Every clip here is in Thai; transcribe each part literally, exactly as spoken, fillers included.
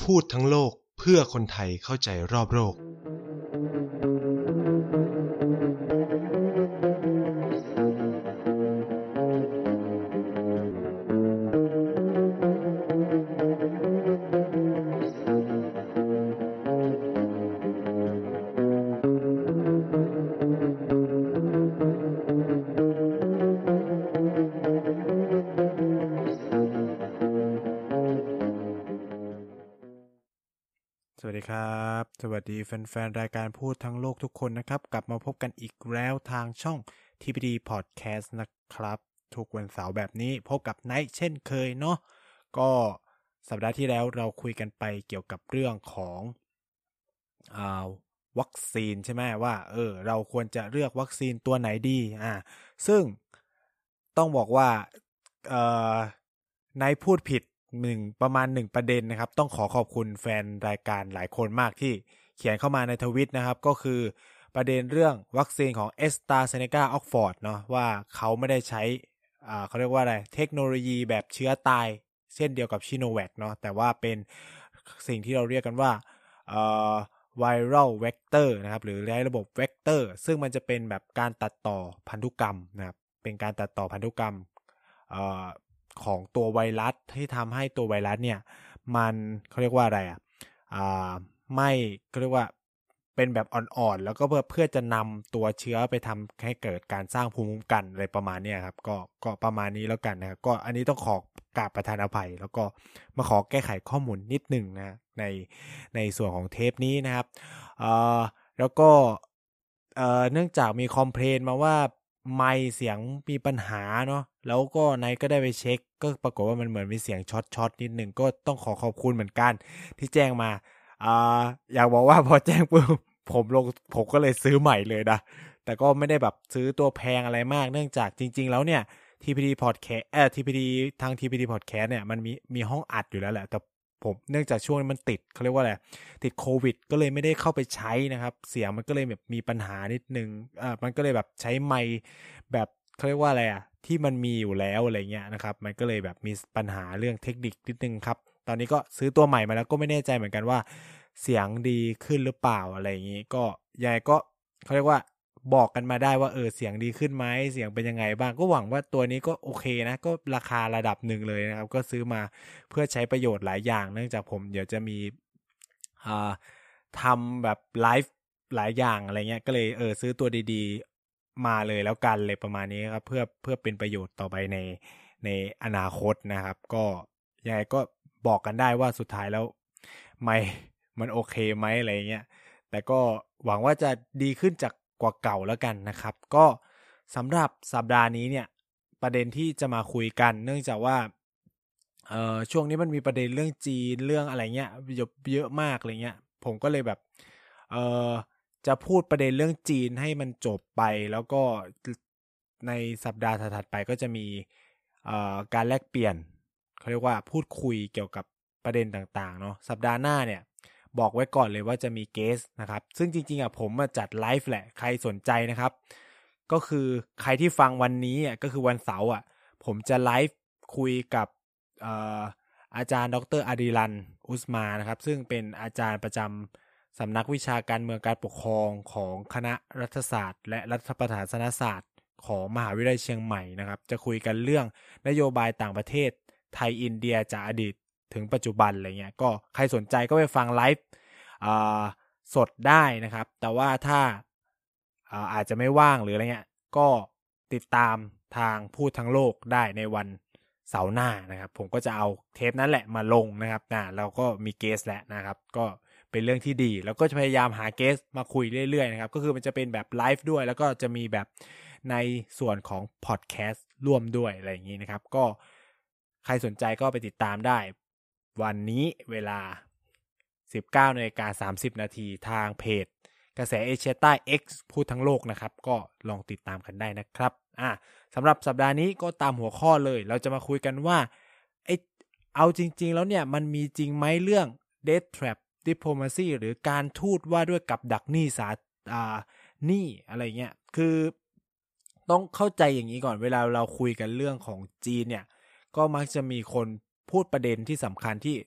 พูดทั้งโลกเพื่อคนไทยเข้าใจรอบโลกสวัสดีครับสวัสดีแฟนๆรายการพูดทั้งโลกทุกคนนะครับกลับมาพบกันอีกแล้วทางช่อง ที พี ดี Podcast นะครับทุกวันเสาร์แบบนี้พบกับไนท์เช่นเคยเนาะก็สัปดาห์ที่แล้วเราคุยกันไปเกี่ยวกับเรื่องของอ่าวัคซีนใช่ไหมว่าเออเราควรจะเลือกวัคซีนตัวไหนดีอ่าซึ่งต้องบอกว่าเอ่อไนท์พูดผิดหนึ่งประมาณหนึ่งประเด็นนะครับต้องขอขอบคุณแฟนรายการหลายคนมากที่เขียนเข้ามาในทวิตนะครับก็คือประเด็นเรื่องวัคซีนของ AstraZeneca Oxford เนาะว่าเขาไม่ได้ใช้อ่าเขาเรียกว่าอะไรเทคโนโลยีแบบเชื้อตายเช่นเดียวกับชิโนแวคเนาะแต่ว่าเป็นสิ่งที่เราเรียกกันว่าเอ่อ viral vector นะครับหรือใช้ระบบ vector ซึ่งมันจะเป็นแบบการตัดต่อพันธุกรรมนะครับเป็นการตัดต่อพันธุกรรมเอ่อของตัวไวรัสที่ทำให้ตัวไวรัสเนี่ยมันเขาเรียกว่าอะไรอ่ะอ่าไม่เขาเรียกว่าเป็นแบบอ่อนๆแล้วก็เพื่อเพื่อจะนำตัวเชื้อไปทำให้เกิดการสร้างภูมิคุ้มกันอะไรประมาณนี้ครับก็ก็ประมาณนี้แล้วกันนะครับก็อันนี้ต้องขอกราบประทานอภัยแล้วก็มาขอแก้ไขข้อมูลนิดหนึ่งนะในในส่วนของเทปนี้นะครับเอ่อแล้วก็เอ่อเนื่องจากมีคอมเพลนมาว่าไมค์เสียงมีปัญหาเนาะแล้วก็ไนท์ก็ได้ไปเช็คก็ปรากฏว่ามันเหมือนมีเสียงช็อตช็อตนิดหนึ่งก็ต้องขอขอบคุณเหมือนกันที่แจ้งมาอ่าอยากบอกว่าพอแจ้งปุ๊บผมลงผมก็เลยซื้อใหม่เลยนะแต่ก็ไม่ได้แบบซื้อตัวแพงอะไรมากเนื่องจากจริงๆแล้วเนี่ย ที พี ดี Podcast เอ่อ ที พี ดี ทาง ที พี ดี Podcast เนี่ยมันมีมีห้องอัดอยู่แล้วแหละแต่ผมเนื่องจากช่วงนี้มันติดเขาเรียกว่าอะไรติดโควิดก็เลยไม่ได้เข้าไปใช้นะครับเสียงมันก็เลยแบบมีปัญหานิดนึงอ่ามันก็เลยแบบใช้ไมค์แบบเขาเรียกว่าอะไรอ่ะที่มันมีอยู่แล้วอะไรเงี้ยนะครับมันก็เลยแบบมีปัญหาเรื่องเทคนิคนิดนึงครับตอนนี้ก็ซื้อตัวใหม่มาแล้วก็ไม่แน่ใจเหมือนกันว่าเสียงดีขึ้นหรือเปล่าอะไรอย่างงี้ก็ยายก็เขาเรียกว่าบอกกันมาได้ว่าเออเสียงดีขึ้นไหมเสียงเป็นยังไงบ้างก็หวังว่าตัวนี้ก็โอเคนะก็ราคาระดับหนึ่งเลยนะครับก็ซื้อมาเพื่อใช้ประโยชน์หลายอย่างเนื่องจากผมเดี๋ยวจะมีอ่าทำแบบไลฟ์หลายอย่างอะไรเงี้ยก็เลยเออซื้อตัวดีๆมาเลยแล้วกันเลยประมาณนี้ครับเพื่อเพื่อเป็นประโยชน์ต่อไปในในอนาคตนะครับก็ยังไงก็บอกกันได้ว่าสุดท้ายแล้วไม่มันโอเคไหมอะไรเงี้ยแต่ก็หวังว่าจะดีขึ้นจากกว่าเก่าแล้วกันนะครับก็สำหรับสัปดาห์นี้เนี่ยประเด็นที่จะมาคุยกันเนื่องจากว่าเอ่อช่วงนี้มันมีประเด็นเรื่องจีนเรื่องอะไรเงี้ยเยอะเยอะมากอะไรเงี้ยผมก็เลยแบบเอ่อจะพูดประเด็นเรื่องจีนให้มันจบไปแล้วก็ในสัปดาห์ถัดๆไปก็จะมีเอ่อการแลกเปลี่ยนเขาเรียกว่าพูดคุยเกี่ยวกับประเด็นต่างๆเนาะสัปดาห์หน้าเนี่ยบอกไว้ก่อนเลยว่าจะมีเกสนะครับซึ่งจริงๆอ่ะผมมาจัดไลฟ์แหละใครสนใจนะครับก็คือใครที่ฟังวันนี้อ่ะก็คือวันเสาร์อ่ะผมจะไลฟ์คุยกับเอ่ออาจารย์ดรอดิรันอุสมานะครับซึ่งเป็นอาจารย์ประจำสำนักวิชาการเมืองการปกครองของคณะรัฐศาสตร์และรัฐประศาสนศาสตร์ของมหาวิทยาลัยเชียงใหม่นะครับจะคุยกันเรื่องนโยบายต่างประเทศไทยอินเดียจากอดีตถึงปัจจุบันอะไรเงี้ยก็ใครสนใจก็ไปฟังไลฟ์สดได้นะครับแต่ว่าถ้าอาจจะไม่ว่างหรืออะไรเงี้ยก็ติดตามทางพูดทั้งโลกได้ในวันเสาร์หน้านะครับผมก็จะเอาเทปนั้นแหละมาลงนะครับนะเราก็มีเกสแล้วนะครับก็เป็นเรื่องที่ดีแล้วก็จะพยายามหาเกสมาคุยเรื่อยๆนะครับก็คือมันจะเป็นแบบไลฟ์ด้วยแล้วก็จะมีแบบในส่วนของพอดแคสต์ร่วมด้วยอะไรอย่างนี้นะครับก็ใครสนใจก็ไปติดตามได้วันนี้เวลา สิบเก้านาฬิกาสามสิบนาทีทางเพจกระแสเอเชียใต้ X พูดทั้งโลกนะครับก็ลองติดตามกันได้นะครับอ่ะสำหรับสัปดาห์นี้ก็ตามหัวข้อเลยเราจะมาคุยกันว่าไอเอาจริงๆแล้วเนี่ยมันมีจริงไหมเรื่อง Death Trap Diplomacy หรือการทูตว่าด้วยกับดักหนี้สาอ่าหนี้อะไรเงี้ยคือต้องเข้าใจอย่างนี้ก่อนเวลาเราคุยกันเรื่องของจีนเนี่ยก็มักจะมีคนพูดประเด็นที่สำคัญที่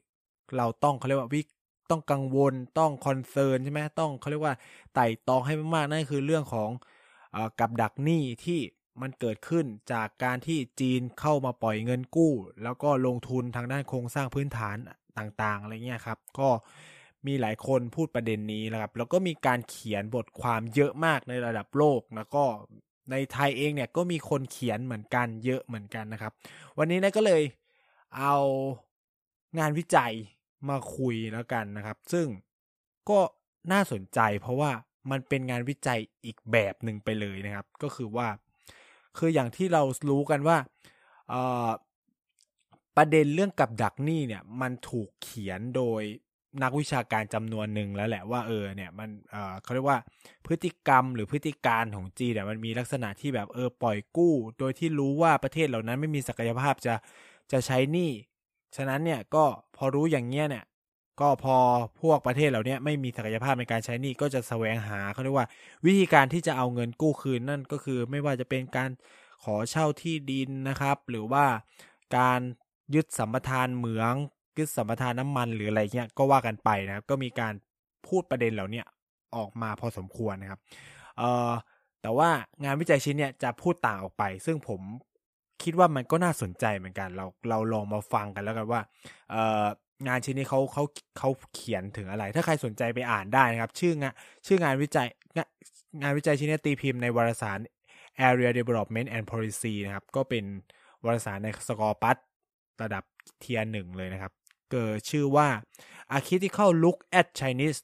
เราต้องเขาเรียกว่าวิต้องกังวลต้องคอนเซิร์นใช่ไหมต้องเขาเรียกว่าไต่ตองให้มากๆนั่นคือเรื่องของเอ่อกับดักหนี้ที่มันเกิดขึ้นจากการที่จีนเข้ามาปล่อยเงินกู้แล้วก็ลงทุนทางด้านโครงสร้างพื้นฐานต่างๆอะไรเงี้ยครับก็มีหลายคนพูดประเด็นนี้นะครับแล้วก็มีการเขียนบทความเยอะมากในระดับโลกแล้วก็ในไทยเองเนี่ยก็มีคนเขียนเหมือนกันเยอะเหมือนกันนะครับวันนี้นะก็เลยเอางานวิจัยมาคุยแล้วกันนะครับซึ่งก็น่าสนใจเพราะว่ามันเป็นงานวิจัยอีกแบบหนึ่งไปเลยนะครับก็คือว่าคืออย่างที่เรารู้กันว่าเอ่อประเด็นเรื่องกับดักหนี้เนี่ยมันถูกเขียนโดยนักวิชาการจำนวนหนึ่งแล้วแหละว่าเออเนี่ยมันเอ่อเขาเรียกว่าพฤติกรรมหรือพฤติการของจีนเนี่ยมันมีลักษณะที่แบบเออปล่อยกู้โดยที่รู้ว่าประเทศเหล่านั้นไม่มีศักยภาพจะจะใช้หนี้ฉะนั้นเนี่ยก็พอรู้อย่างเงี้ยเนี่ยก็พอพวกประเทศเหล่านี้ไม่มีศักยภาพในการใช้หนี้ก็จะแสวงหาเขาเรียกว่าวิธีการที่จะเอาเงินกู้คืนนั่นก็คือไม่ว่าจะเป็นการขอเช่าที่ดินนะครับหรือว่าการยึดสัมปทานเหมืองยึดสัมปทานน้ำมันหรืออะไรเงี้ยก็ว่ากันไปนะครับก็มีการพูดประเด็นเหล่านี้ออกมาพอสมควรนะครับเอ่อแต่ว่างานวิจัยชิ้นเนี้ยจะพูดต่างออกไปซึ่งผมคิดว่ามันก็น่าสนใจเหมือนกันเราเราลองมาฟังกันแล้วกันว่าเอ่องานชิ้นนี้เขาเขาเขาเขียนถึงอะไรถ้าใครสนใจไปอ่านได้นะครับชื่องานชื่องานวิจัยงานวิจัยชิ้นนี้ตีพิมพ์ในวารสาร Area Development and Policy นะครับก็เป็นวารสารในสกอร์ปัสระดับเทียร์หนึ่งเลยนะครับเกิดชื่อว่า A Critical Look at Chinese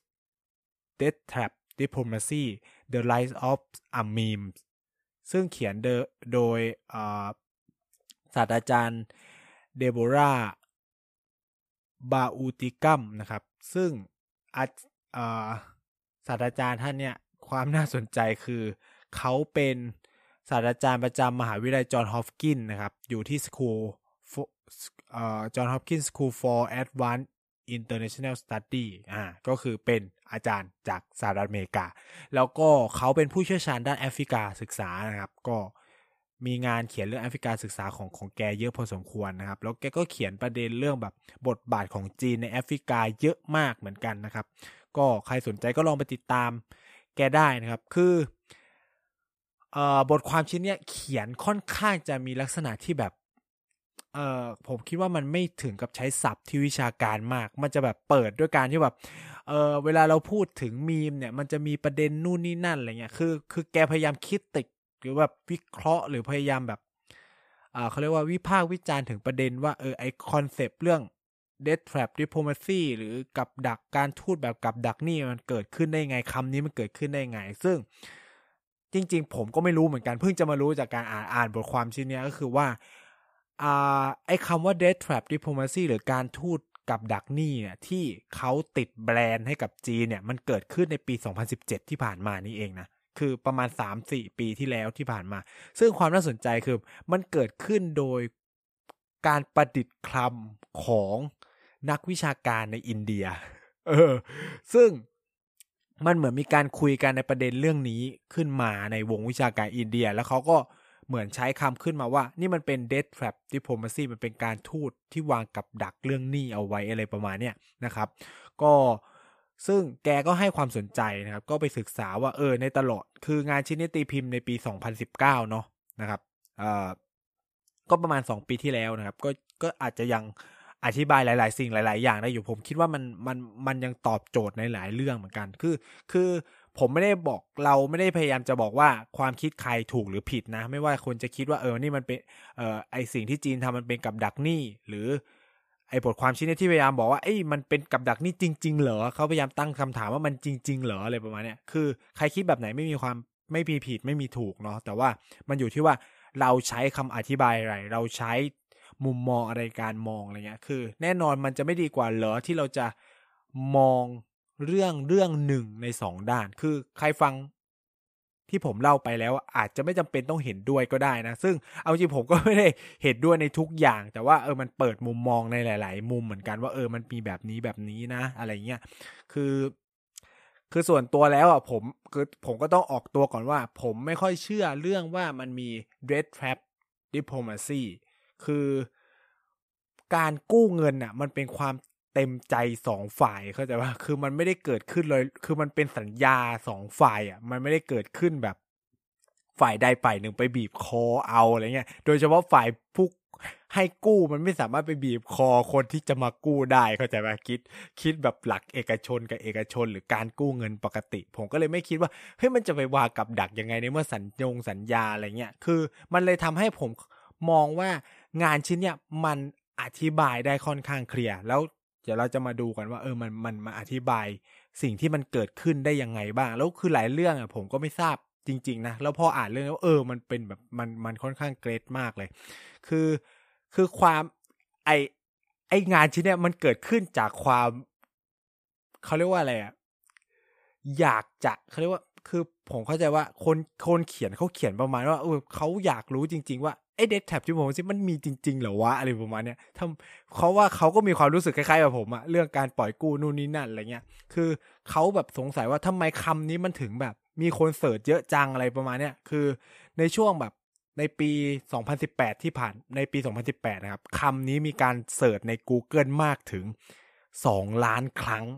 Debt Trap Diplomacy The Rise of a Meme ซึ่งเขียนโดยศาสตราจารย์เดโบราบาอูติกัมนะครับซึ่งศาสตราจารย์ท่านเนี่ยความน่าสนใจคือเขาเป็นศาสตราจารย์ประจำมหาวิทยาลัยจอห์นฮอปกินส์นะครับอยู่ที่ School เอ่อ John Hopkins School for Advanced International Study อ่าก็คือเป็นอาจารย์จากสหรัฐอเมริกาแล้วก็เขาเป็นผู้เชี่ยวชาญด้านแอฟริกาศึกษานะครับก็มีงานเขียนเรื่องแอฟริกาศึกษาของของแกเยอะพอสมควรนะครับแล้วแกก็เขียนประเด็นเรื่องแบบบทบาทของจีนในแอฟริกาเยอะมากเหมือนกันนะครับก็ใครสนใจก็ลองไปติดตามแกได้นะครับคือเอ่อบทความชิ้นนี้เขียนค่อนข้างจะมีลักษณะที่แบบเอ่อผมคิดว่ามันไม่ถึงกับใช้ศัพท์ที่วิชาการมากมันจะแบบเปิดด้วยการที่แบบเออเวลาเราพูดถึงมีมเนี่ยมันจะมีประเด็นนู่นนี่นั่นอะไรเงี้ยคือคือแกพยายามคิดติกหรือแบบวิเคราะห์หรือพยายามแบบอ่าเขาเรียกว่าวิพากษ์วิจารณ์ถึงประเด็นว่าเออไอคอนเซปต์เรื่อง debt trap diplomacy หรือกับดักการทูตแบบกับดักนี่มันเกิดขึ้นได้ไงคำนี้มันเกิดขึ้นได้ไงซึ่งจริงๆผมก็ไม่รู้เหมือนกันเพิ่งจะมารู้จากการอ่านอ่านบทความชิ้นนี้ก็คือว่าอ่าไอ้คำว่า debt trap diplomacy หรือการทูตกับดักหนี้เนี่ยที่เขาติดแบรนด์ให้กับจีนเนี่ยมันเกิดขึ้นในปีสองพันสิบเจ็ดที่ผ่านมานี่เองนะคือประมาณ สามถึงสี่ ปีที่แล้วที่ผ่านมาซึ่งความน่าสนใจคือมันเกิดขึ้นโดยการประดิษฐ์คำของนักวิชาการในอินเดียเออซึ่งมันเหมือนมีการคุยกันในประเด็นเรื่องนี้ขึ้นมาในวงวิชาการอินเดียแล้วเขาก็เหมือนใช้คำขึ้นมาว่านี่มันเป็น debt trap diplomacy มันเป็นการทูตที่วางกับดักเรื่องหนี้เอาไว้อะไรประมาณเนี้ยนะครับก็ซึ่งแกก็ให้ความสนใจนะครับก็ไปศึกษาว่าเออในตลอดคืองานชิ้นนี้ตีพิมพ์ในปีสองพันสิบเก้าเนาะนะครับเอ่อก็ประมาณสองปีที่แล้วนะครับก็ก็อาจจะยังอธิบายหลายๆสิ่งหลายๆอย่างได้อยู่ผมคิดว่ามันมันมันยังตอบโจทย์ในหลายเรื่องเหมือนกันคือคือผมไม่ได้บอกเราไม่ได้พยายามจะบอกว่าความคิดใครถูกหรือผิดนะไม่ว่าคนจะคิดว่าเออนี่มันเป็นเอ่อไอสิ่งที่จีนทำมันเป็นกับดักหนี้หรือไอบทความชิ้นนี้ที่พยายามบอกว่าเอ้ยมันเป็นกับดักหนี้จริงๆเหรอเขาพยายามตั้งคำถามว่ามันจริงๆเหรออะไรประมาณเนี้ยคือใครคิดแบบไหนไม่มีความไม่มีผิดไม่มีถูกเนาะแต่ว่ามันอยู่ที่ว่าเราใช้คำอธิบายอะไรเราใช้มุมมองอะไรการมองอะไรเงี้ยคือแน่นอนมันจะไม่ดีกว่าเหรอที่เราจะมองเรื่องเรื่องหนึ่งในสองด้านคือใครฟังที่ผมเล่าไปแล้วอาจจะไม่จำเป็นต้องเห็นด้วยก็ได้นะซึ่งเอาจริงผมก็ไม่ได้เห็นด้วยในทุกอย่างแต่ว่าเออมันเปิดมุมมองในหลายๆมุมเหมือนกันว่าเออมันมีแบบนี้แบบนี้นะอะไรเงี้ยคือคือส่วนตัวแล้วอ่ะผมคือผมก็ต้องออกตัวก่อนว่าผมไม่ค่อยเชื่อเรื่องว่ามันมี debt trap diplomacy คือการกู้เงินน่ะมันเป็นความเต็มใจสองฝ่ายเข้าใจป่ะคือมันไม่ได้เกิดขึ้นเลยคือมันเป็นสัญญาสองฝ่ายอ่ะมันไม่ได้เกิดขึ้นแบบฝ่ายใดฝ่ายหนึ่งไปบีบคอเอาอะไรเงี้ยโดยเฉพาะฝ่ายผู้ให้กู้มันไม่สามารถไปบีบคอคนที่จะมากู้ได้เข้าใจป่ะคิดคิดแบบหลักเอกชนกับเอกชนหรือการกู้เงินปกติผมก็เลยไม่คิดว่าเฮ้ยมันจะไปวางกับดักยังไงในเมื่อสัญญงสัญญาอะไรเงี้ยคือมันเลยทำให้ผมมองว่างานชิ้นเนี้ยมันอธิบายได้ค่อนข้างเคลียร์แล้วเดี๋ยวเราจะมาดูกันว่าเออมันมันมาอธิบายสิ่งที่มันเกิดขึ้นได้ยังไงบ้างแล้วคือหลายเรื่องอ่ะผมก็ไม่ทราบจริงๆนะแล้วพออ่านเรื่องแล้วเออมันเป็นแบบมันมันค่อนข้างเกรดมากเลยคือคือความไอไองานชิ้นเนี้ยมันเกิดขึ้นจากความเขาเรียกว่าอะไรอ่ะอยากจะเขาเรียกว่าคือผมเข้าใจว่าคนคนเขียนเขาเขียนประมาณว่าเออเขาอยากรู้จริงๆว่าไอ้เดทแท็บที่ผมซิมันมีจริงๆเหรอวะอะไรประมาณเนี้ยทำเขาว่าเขาก็มีความรู้สึกคล้ายๆแบบผมอะเรื่องการปล่อยกู้นู่นนี่นั่นอะไรเงี้ยคือเขาแบบสงสัยว่าทำไมคำนี้มันถึงแบบมีคนเสิร์ชเยอะจังอะไรประมาณเนี้ยคือในช่วงแบบในปีสองพันสิบแปดที่ผ่านในปีสองพันสิบแปดนะครับคำนี้มีการเสิร์ชใน Google มากถึงสองล้านครั้ง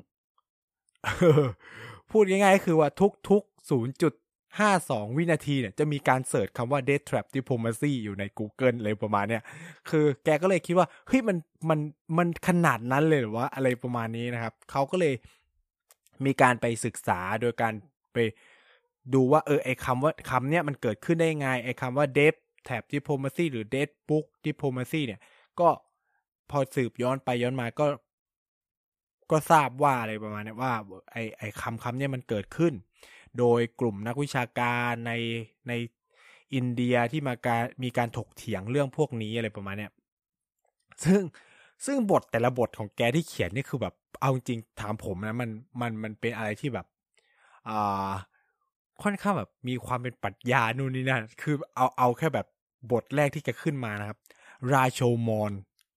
พูดง่ายๆคือว่าทุกๆ ศูนย์จุดห้าสอง วินาทีเนี่ยจะมีการเสิร์ชคำว่า Death Trap Diplomacy อยู่ใน Google เลยประมาณเนี้ยคือแกก็เลยคิดว่าเฮ้ยมันมันมันขนาดนั้นเลยหรือว่าอะไรประมาณนี้นะครับเขาก็เลยมีการไปศึกษาโดยการไปดูว่าเออไอคำว่าคำเนี้ยมันเกิดขึ้นได้ไงไอคำว่า Death Trap Diplomacy หรือ Death Book Diplomacy เนี่ยก็พอสืบย้อนไปย้อนมาก็ก็ทราบว่าอะไรประมาณนี้ว่าไอไอคำคำนี้มันเกิดขึ้นโดยกลุ่มนักวิชาการในในอินเดียที่มาการมีการถกเถียงเรื่องพวกนี้อะไรประมาณนี้ซึ่งซึ่งบทแต่ละบทของแกที่เขียนนี่คือแบบเอาจริงถามผมนะมันมันมันเป็นอะไรที่แบบอ่าค่อนข้างแบบมีความเป็นปรัชญานู่นนี่นั่นคือเอาเอาแค่แบบบทแรกที่จะขึ้นมานะครับราโชมอน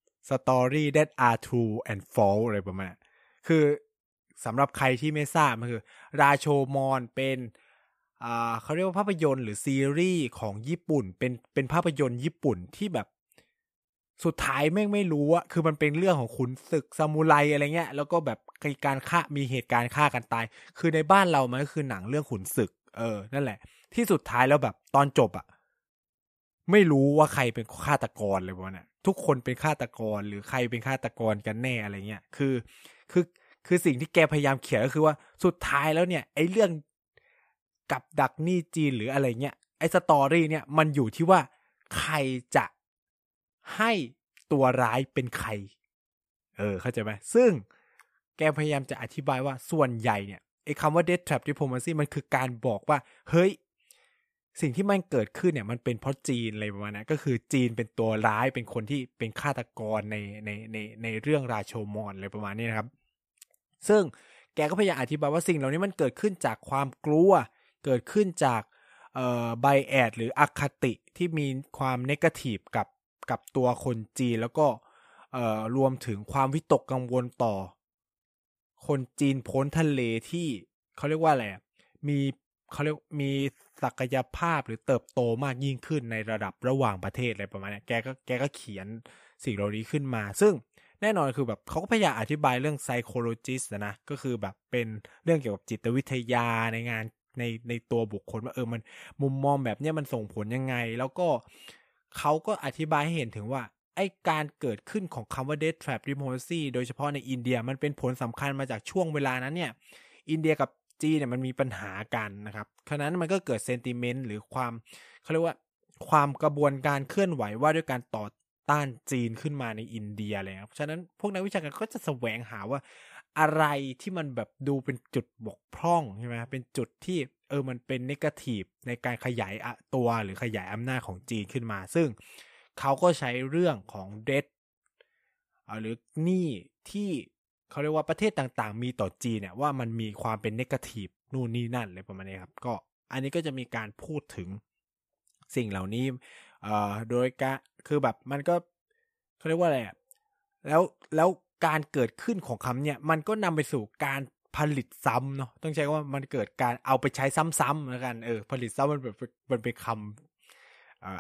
story that are true and false อะไรประมาณคือสำหรับใครที่ไม่ทราบมันคือราโชมอนเป็นอ่าเขาเรียกว่าภาพยนตร์หรือซีรีส์ของญี่ปุ่นเป็นเป็นภาพยนตร์ญี่ปุ่นที่แบบสุดท้ายแม่งไม่รู้อะคือมันเป็นเรื่องของขุนศึกซามูไรอะไรเงี้ยแล้วก็แบบมีการฆ่ามีเหตุการณ์ฆ่ากันตายคือในบ้านเรามันก็คือหนังเรื่องขุนศึกเออนั่นแหละที่สุดท้ายแล้วแบบตอนจบอะไม่รู้ว่าใครเป็นฆาตกรเลยประมาณนั้นทุกคนเป็นฆาตกรหรือใครเป็นฆาตกรกันแน่อะไรเงี้ยคือคือคือสิ่งที่แกพยายามเขียนก็คือว่าสุดท้ายแล้วเนี่ยไอ้เรื่องกับดักหนี้จีนหรืออะไรเงี้ยไอ้สตอรี่เนี่ยมันอยู่ที่ว่าใครจะให้ตัวร้ายเป็นใครเออเข้าใจไหมซึ่งแกพยายามจะอธิบายว่าส่วนใหญ่เนี่ยไอ้คำว่า Death Trap Diplomacy มันคือการบอกว่าเฮ้ยสิ่งที่มันเกิดขึ้นเนี่ยมันเป็นเพราะจีนอะไรประมาณนั้นก็คือจีนเป็นตัวร้ายเป็นคนที่เป็นฆาตกรในในในในเรื่องราโชมอนอะไรประมาณนี้นะครับซึ่งแกก็พยายามอธิบายว่าสิ่งเหล่านี้มันเกิดขึ้นจากความกลัวเกิดขึ้นจากเอ่อไบแอดหรืออคติที่มีความเนกาทีฟกับกับตัวคนจีนแล้วก็เอ่อรวมถึงความวิตกกังวลต่อคนจีนพ้นทะเลที่เขาเรียกว่าอะไรมีเขาเรียกมีศักยภาพหรือเติบโตมากยิ่งขึ้นในระดับระหว่างประเทศอะไรประมาณนี้แกก็แกก็เขียนสิ่งเหล่านี้ขึ้นมาซึ่งแน่นอนคือแบบเขาก็พยายามอธิบายเรื่อง psychologist นะก็คือแบบเป็นเรื่องเกี่ยวกับจิตวิทยาในงานในในตัวบุคคลว่าเออมันมุมมองแบบนี้มันส่งผลยังไงแล้วก็เขาก็อธิบายให้เห็นถึงว่าไอการเกิดขึ้นของคำว่า Death Trap Diplomacy โดยเฉพาะในอินเดียมันเป็นผลสำคัญมาจากช่วงเวลานั้นเนี่ยอินเดียกับจีนเนี่ยมันมีปัญหากันนะครับฉะนั้นมันก็เกิดเซนติเมนต์หรือความเขาเรียกว่าความกระบวนการเคลื่อนไหวว่าด้วยการต่อต้านจีนขึ้นมาในอินเดียเลยครับฉะนั้นพวกนักวิชาการก็จะแสวงหาว่าอะไรที่มันแบบดูเป็นจุดบกพร่องใช่ไหมเป็นจุดที่เออมันเป็นเนกาทีฟในการขยายตัวหรือขยายอำนาจของจีนขึ้นมาซึ่งเขาก็ใช้เรื่องของเดทหรือหนี้ที่เขาเรียกว่าประเทศต่างๆมีต่อจีนเนี่ยว่ามันมีความเป็นเนกาทีฟนู่นนี่นั่นอะไรประมาณนี้ครับก็อันนี้ก็จะมีการพูดถึงสิ่งเหล่านี้เอ่อโดยการคือแบบมันก็เขาเรียกว่าอะไรอ่ะแล้วแล้วการเกิดขึ้นของคำเนี่ยมันก็นำไปสู่การผลิตซ้ำเนาะต้องใช้ว่ามันเกิดการเอาไปใช้ซ้ำๆแล้วกันเออผลิตซ้ำมันแบบมันเป็นคำเอ่อ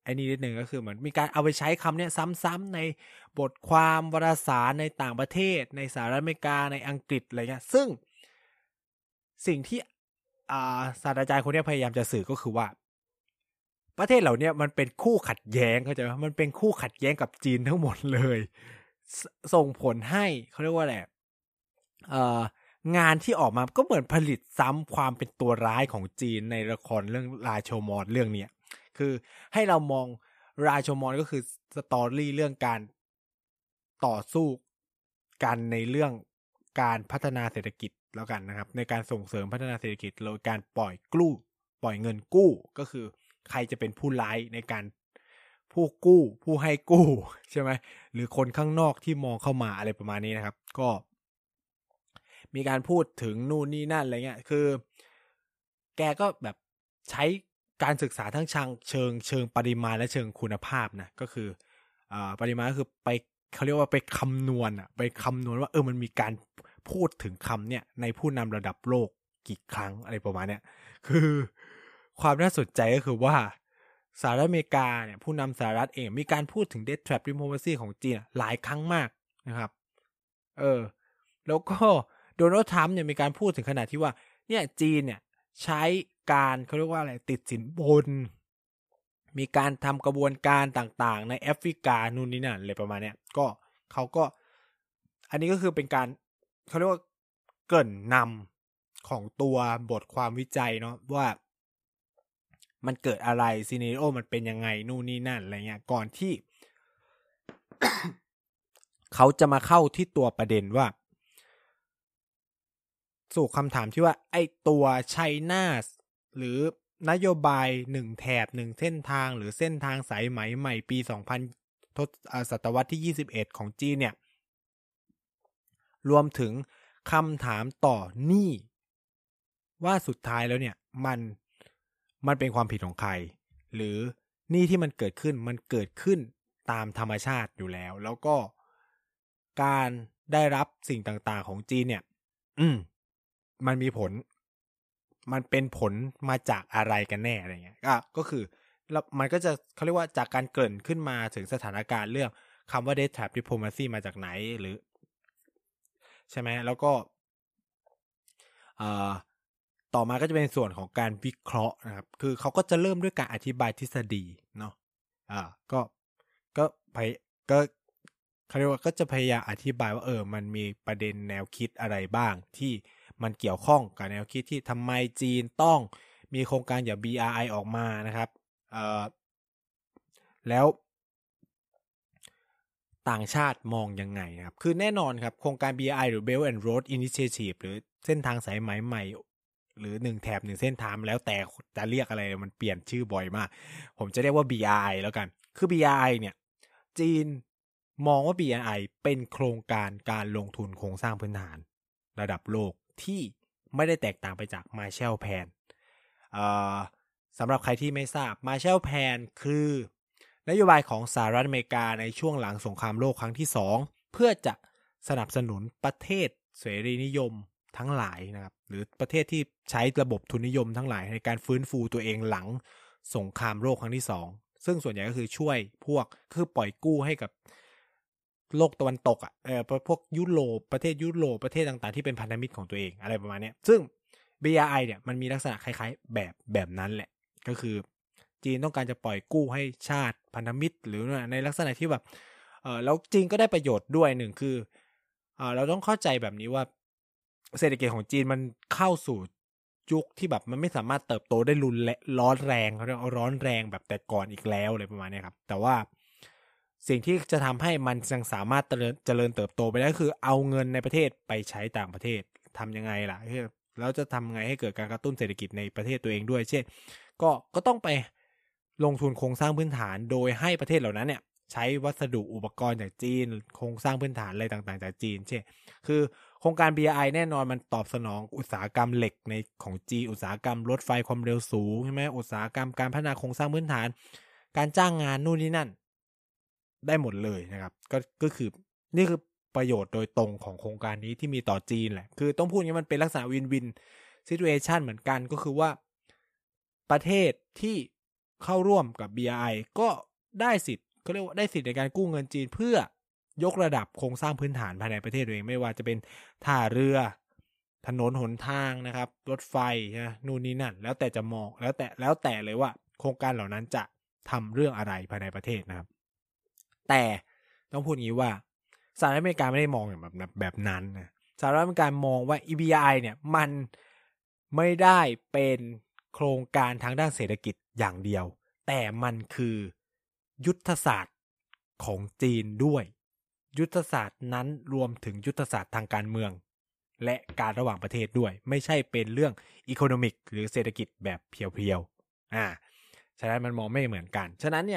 ไอ้นี่นิดนึงก็คือเหมือนมีการเอาไปใช้คำเนี้ยซ้ำๆในบทความวารสารในต่างประเทศในสหรัฐอเมริกาในอังกฤษอะไรเงี้ยซึ่งสิ่งที่อ่าศาสตราจารย์คนนี้พยายามจะสื่อก็คือว่าประเทศเหล่านี้มันเป็นคู่ขัดแย้งเข้าใจไหมมันเป็นคู่ขัดแย้งกับจีนทั้งหมดเลยส่งผลให้เขาเรียกว่าอะไรเอ่องานที่ออกมาก็เหมือนผลิตซ้ำความเป็นตัวร้ายของจีนในละครเรื่องราโชมอนเรื่องนี้คือให้เรามองราโชมอนก็คือสตอรี่เรื่องการต่อสู้กันในเรื่องการพัฒนาเศรษฐกิจแล้วกันนะครับในการส่งเสริมพัฒนาเศรษฐกิจโดยการปล่อยกู้ปล่อยเงินกู้ก็คือใครจะเป็นผู้ร้ายในการผู้กู้ผู้ให้กู้ใช่ไหมหรือคนข้างนอกที่มองเข้ามาอะไรประมาณนี้นะครับก็มีการพูดถึงนู่นนี่นั่นอะไรเงี้ยคือแกก็แบบใช้การศึกษาทั้งเชิงเชิงเชิงปริมาณและเชิงคุณภาพนะก็คืออ่าปริมาณก็คือไปเขาเรียกว่าไปคำนวณอ่ะไปคำนวณว่าเออมันมีการพูดถึงคำเนี่ยในผู้นำระดับโลกกี่ครั้งอะไรประมาณเนี้ยคือความน่าสนใจก็คือว่าสหรัฐอเมริกาเนี่ยผู้นำสหรัฐเองมีการพูดถึง Death Trap Diplomacy ของจีนหลายครั้งมากนะครับเออแล้วก็โดนัลด์ทรัมป์เนี่ยมีการพูดถึงขนาดที่ว่าเนี่ยจีนเนี่ยใช้การเขาเรียกว่าอะไรติดสินบนมีการทำกระบวนการต่างๆในแอฟริกานู่นนี่นั่นอะไรประมาณเนี้ยก็เขาก็อันนี้ก็คือเป็นการเขาเรียกว่าเกริ่นนำของตัวบทความวิจัยเนาะว่ามันเกิดอะไรซีนาริโอมันเป็นยังไงนู่นนี่นั่นอะไรเงี้ยก่อนที่ เขาจะมาเข้าที่ตัวประเด็นว่าสู่คำถามที่ว่าไอ้ตัวไชน่าหรือนโยบายหนึ่งแถบหนึ่งเส้นทางหรือเส้นทางสายไหมใหม่ปีสองพันทศศตวรรษที่ยี่สิบเอ็ดของจีนเนี่ยรวมถึงคำถามต่อหนี้ว่าสุดท้ายแล้วเนี่ยมันมันเป็นความผิดของใครหรือหนี้ที่มันเกิดขึ้นมันเกิดขึ้นตามธรรมชาติอยู่แล้วแล้วก็การได้รับสิ่งต่างๆของจีนเนี่ยอืมมันมีผลมันเป็นผลมาจากอะไรกันแน่อะไรเงี้ยก็ก็คือแล้วมันก็จะเขาเรียกว่าจากการเกริ่นขึ้นมาถึงสถานการณ์เรื่องคำว่า Death Trap Diplomacy มาจากไหนหรือใช่ไหมแล้วก็เอ่อต่อมาก็จะเป็นส่วนของการวิเคราะห์นะครับคือเขาก็จะเริ่มด้วยการอธิบายทฤษฎีเนาะอ่าก็ก็ไปก็เขาเรียกว่าก็จะพยายามอธิบายว่าเออมันมีประเด็นแนวคิดอะไรบ้างที่มันเกี่ยวข้องกับแนวคิดที่ทำไมจีนต้องมีโครงการอย่าง บี อาร์ ไอ ออกมานะครับเอ่อแล้วต่างชาติมองยังไงครับคือแน่นอนครับโครงการ บี อาร์ ไอ หรือ Belt and Road Initiative หรือเส้นทางสายไหมใหม่หรือหนึ่งแถบหนึ่งเส้นทางแล้วแต่จะเรียกอะไรมันเปลี่ยนชื่อบ่อยมากผมจะเรียกว่า บี อาร์ ไอ แล้วกันคือ บี อาร์ ไอ เนี่ยจีนมองว่า บี อาร์ ไอ เป็นโครงการการลงทุนโครงสร้างพื้นฐานระดับโลกที่ไม่ได้แตกต่างไปจาก Marshall Plan เอ่อสำหรับใครที่ไม่ทราบ Marshall Plan คือนโยบายของสหรัฐอเมริกาในช่วงหลังสงครามโลกครั้งที่สองเพื่อจะสนับสนุนประเทศเสรีนิยมทั้งหลายนะครับหรือประเทศที่ใช้ระบบทุนนิยมทั้งหลายในการฟื้นฟูตัวเองหลังสงครามโลกครั้งที่สองซึ่งส่วนใหญ่ก็คือช่วยพวกคือปล่อยกู้ให้กับโลกตะวันตกอ่ะเออพวกยุโรปประเทศยุโรปประเทศต่างๆที่เป็นพันธมิตรของตัวเองอะไรประมาณนี้ซึ่ง บี อาร์ ไอ เนี่ยมันมีลักษณะคล้ายๆแบบแบบนั้นแหละก็คือจีนต้องการจะปล่อยกู้ให้ชาติพันธมิตรหรือในลักษณะที่แบบเออแล้วจีนก็ได้ประโยชน์ด้วยหนึ่งคือเออเราต้องเข้าใจแบบนี้ว่าเศรษฐกิจของจีนมันเข้าสู่ยุคที่แบบมันไม่สามารถเติบโตได้รุนแรงร้อนแรงเขาเรียกว่าร้อนแรงแบบแต่ก่อนอีกแล้วเลยประมาณนี้ครับแต่ว่าสิ่งที่จะทำให้มันยังสามารถเจริญเจริญเติบโตไปได้คือเอาเงินในประเทศไปใช้ต่างประเทศทำยังไงล่ะแล้วจะทำไงให้เกิดการกระตุ้นเศรษฐกิจในประเทศตัวเองด้วยเช่นก็ก็ต้องไปลงทุนโครงสร้างพื้นฐานโดยให้ประเทศเหล่านั้นเนี่ยใช้วัสดุอุปกรณ์จากจีนโครงสร้างพื้นฐานอะไรต่างๆจากจีนเช่นคือโครงการ บี อาร์ ไอ แน่นอนมันตอบสนองอุตสาหกรรมเหล็กในของจีนอุตสาหกรรมรถไฟความเร็วสูงใช่ไหมอุตสาหกรรมการพัฒนาโครงสร้างพื้นฐานการจ้างงานนู่นนี่นั่นได้หมดเลยนะครับก็ก็คือนี่คือประโยชน์โดยตรงของโครงการนี้ที่มีต่อจีนแหละคือต้องพูดอย่างนี้มันเป็นลักษณะวินวินซิทูเอชันเหมือนกันก็คือว่าประเทศที่เข้าร่วมกับ บี อาร์ ไอ ก็ได้สิทธิ์เขาเรียกว่าได้สิทธิ์ในการกู้เงินจีนเพื่อยกระดับโครงสร้างพื้นฐานภายในประเทศตัวเองไม่ว่าจะเป็นท่าเรือถนนหนทางนะครับรถไฟนะนู่นนี่นั่นแล้วแต่จะมองแล้วแต่แล้วแต่เลยว่าโครงการเหล่านั้นจะทำเรื่องอะไรภายในประเทศนะครับแต่ต้องพูดงี้ว่าสหรัฐอเมริกาไม่ได้มองแบบแบบแบบนั้นนะสหรัฐอเมริกามองว่า อี บี ไอ เนี่ยมันไม่ได้เป็นโครงการทางด้านเศรษฐกิจอย่างเดียวแต่มันคือยุทธศาสตร์ของจีนด้วยยุทธศาสตร์นั้นรวมถึงยุทธศาสตร์ทางการเมืองและการระหว่างประเทศด้วยไม่ใช่เป็นเรื่องอีโคโนมิกหรือเศรษฐกิจแบบเพียวๆอ่าฉะนั้นมันมองไม่เหมือนกันฉะนั้นเนี่ย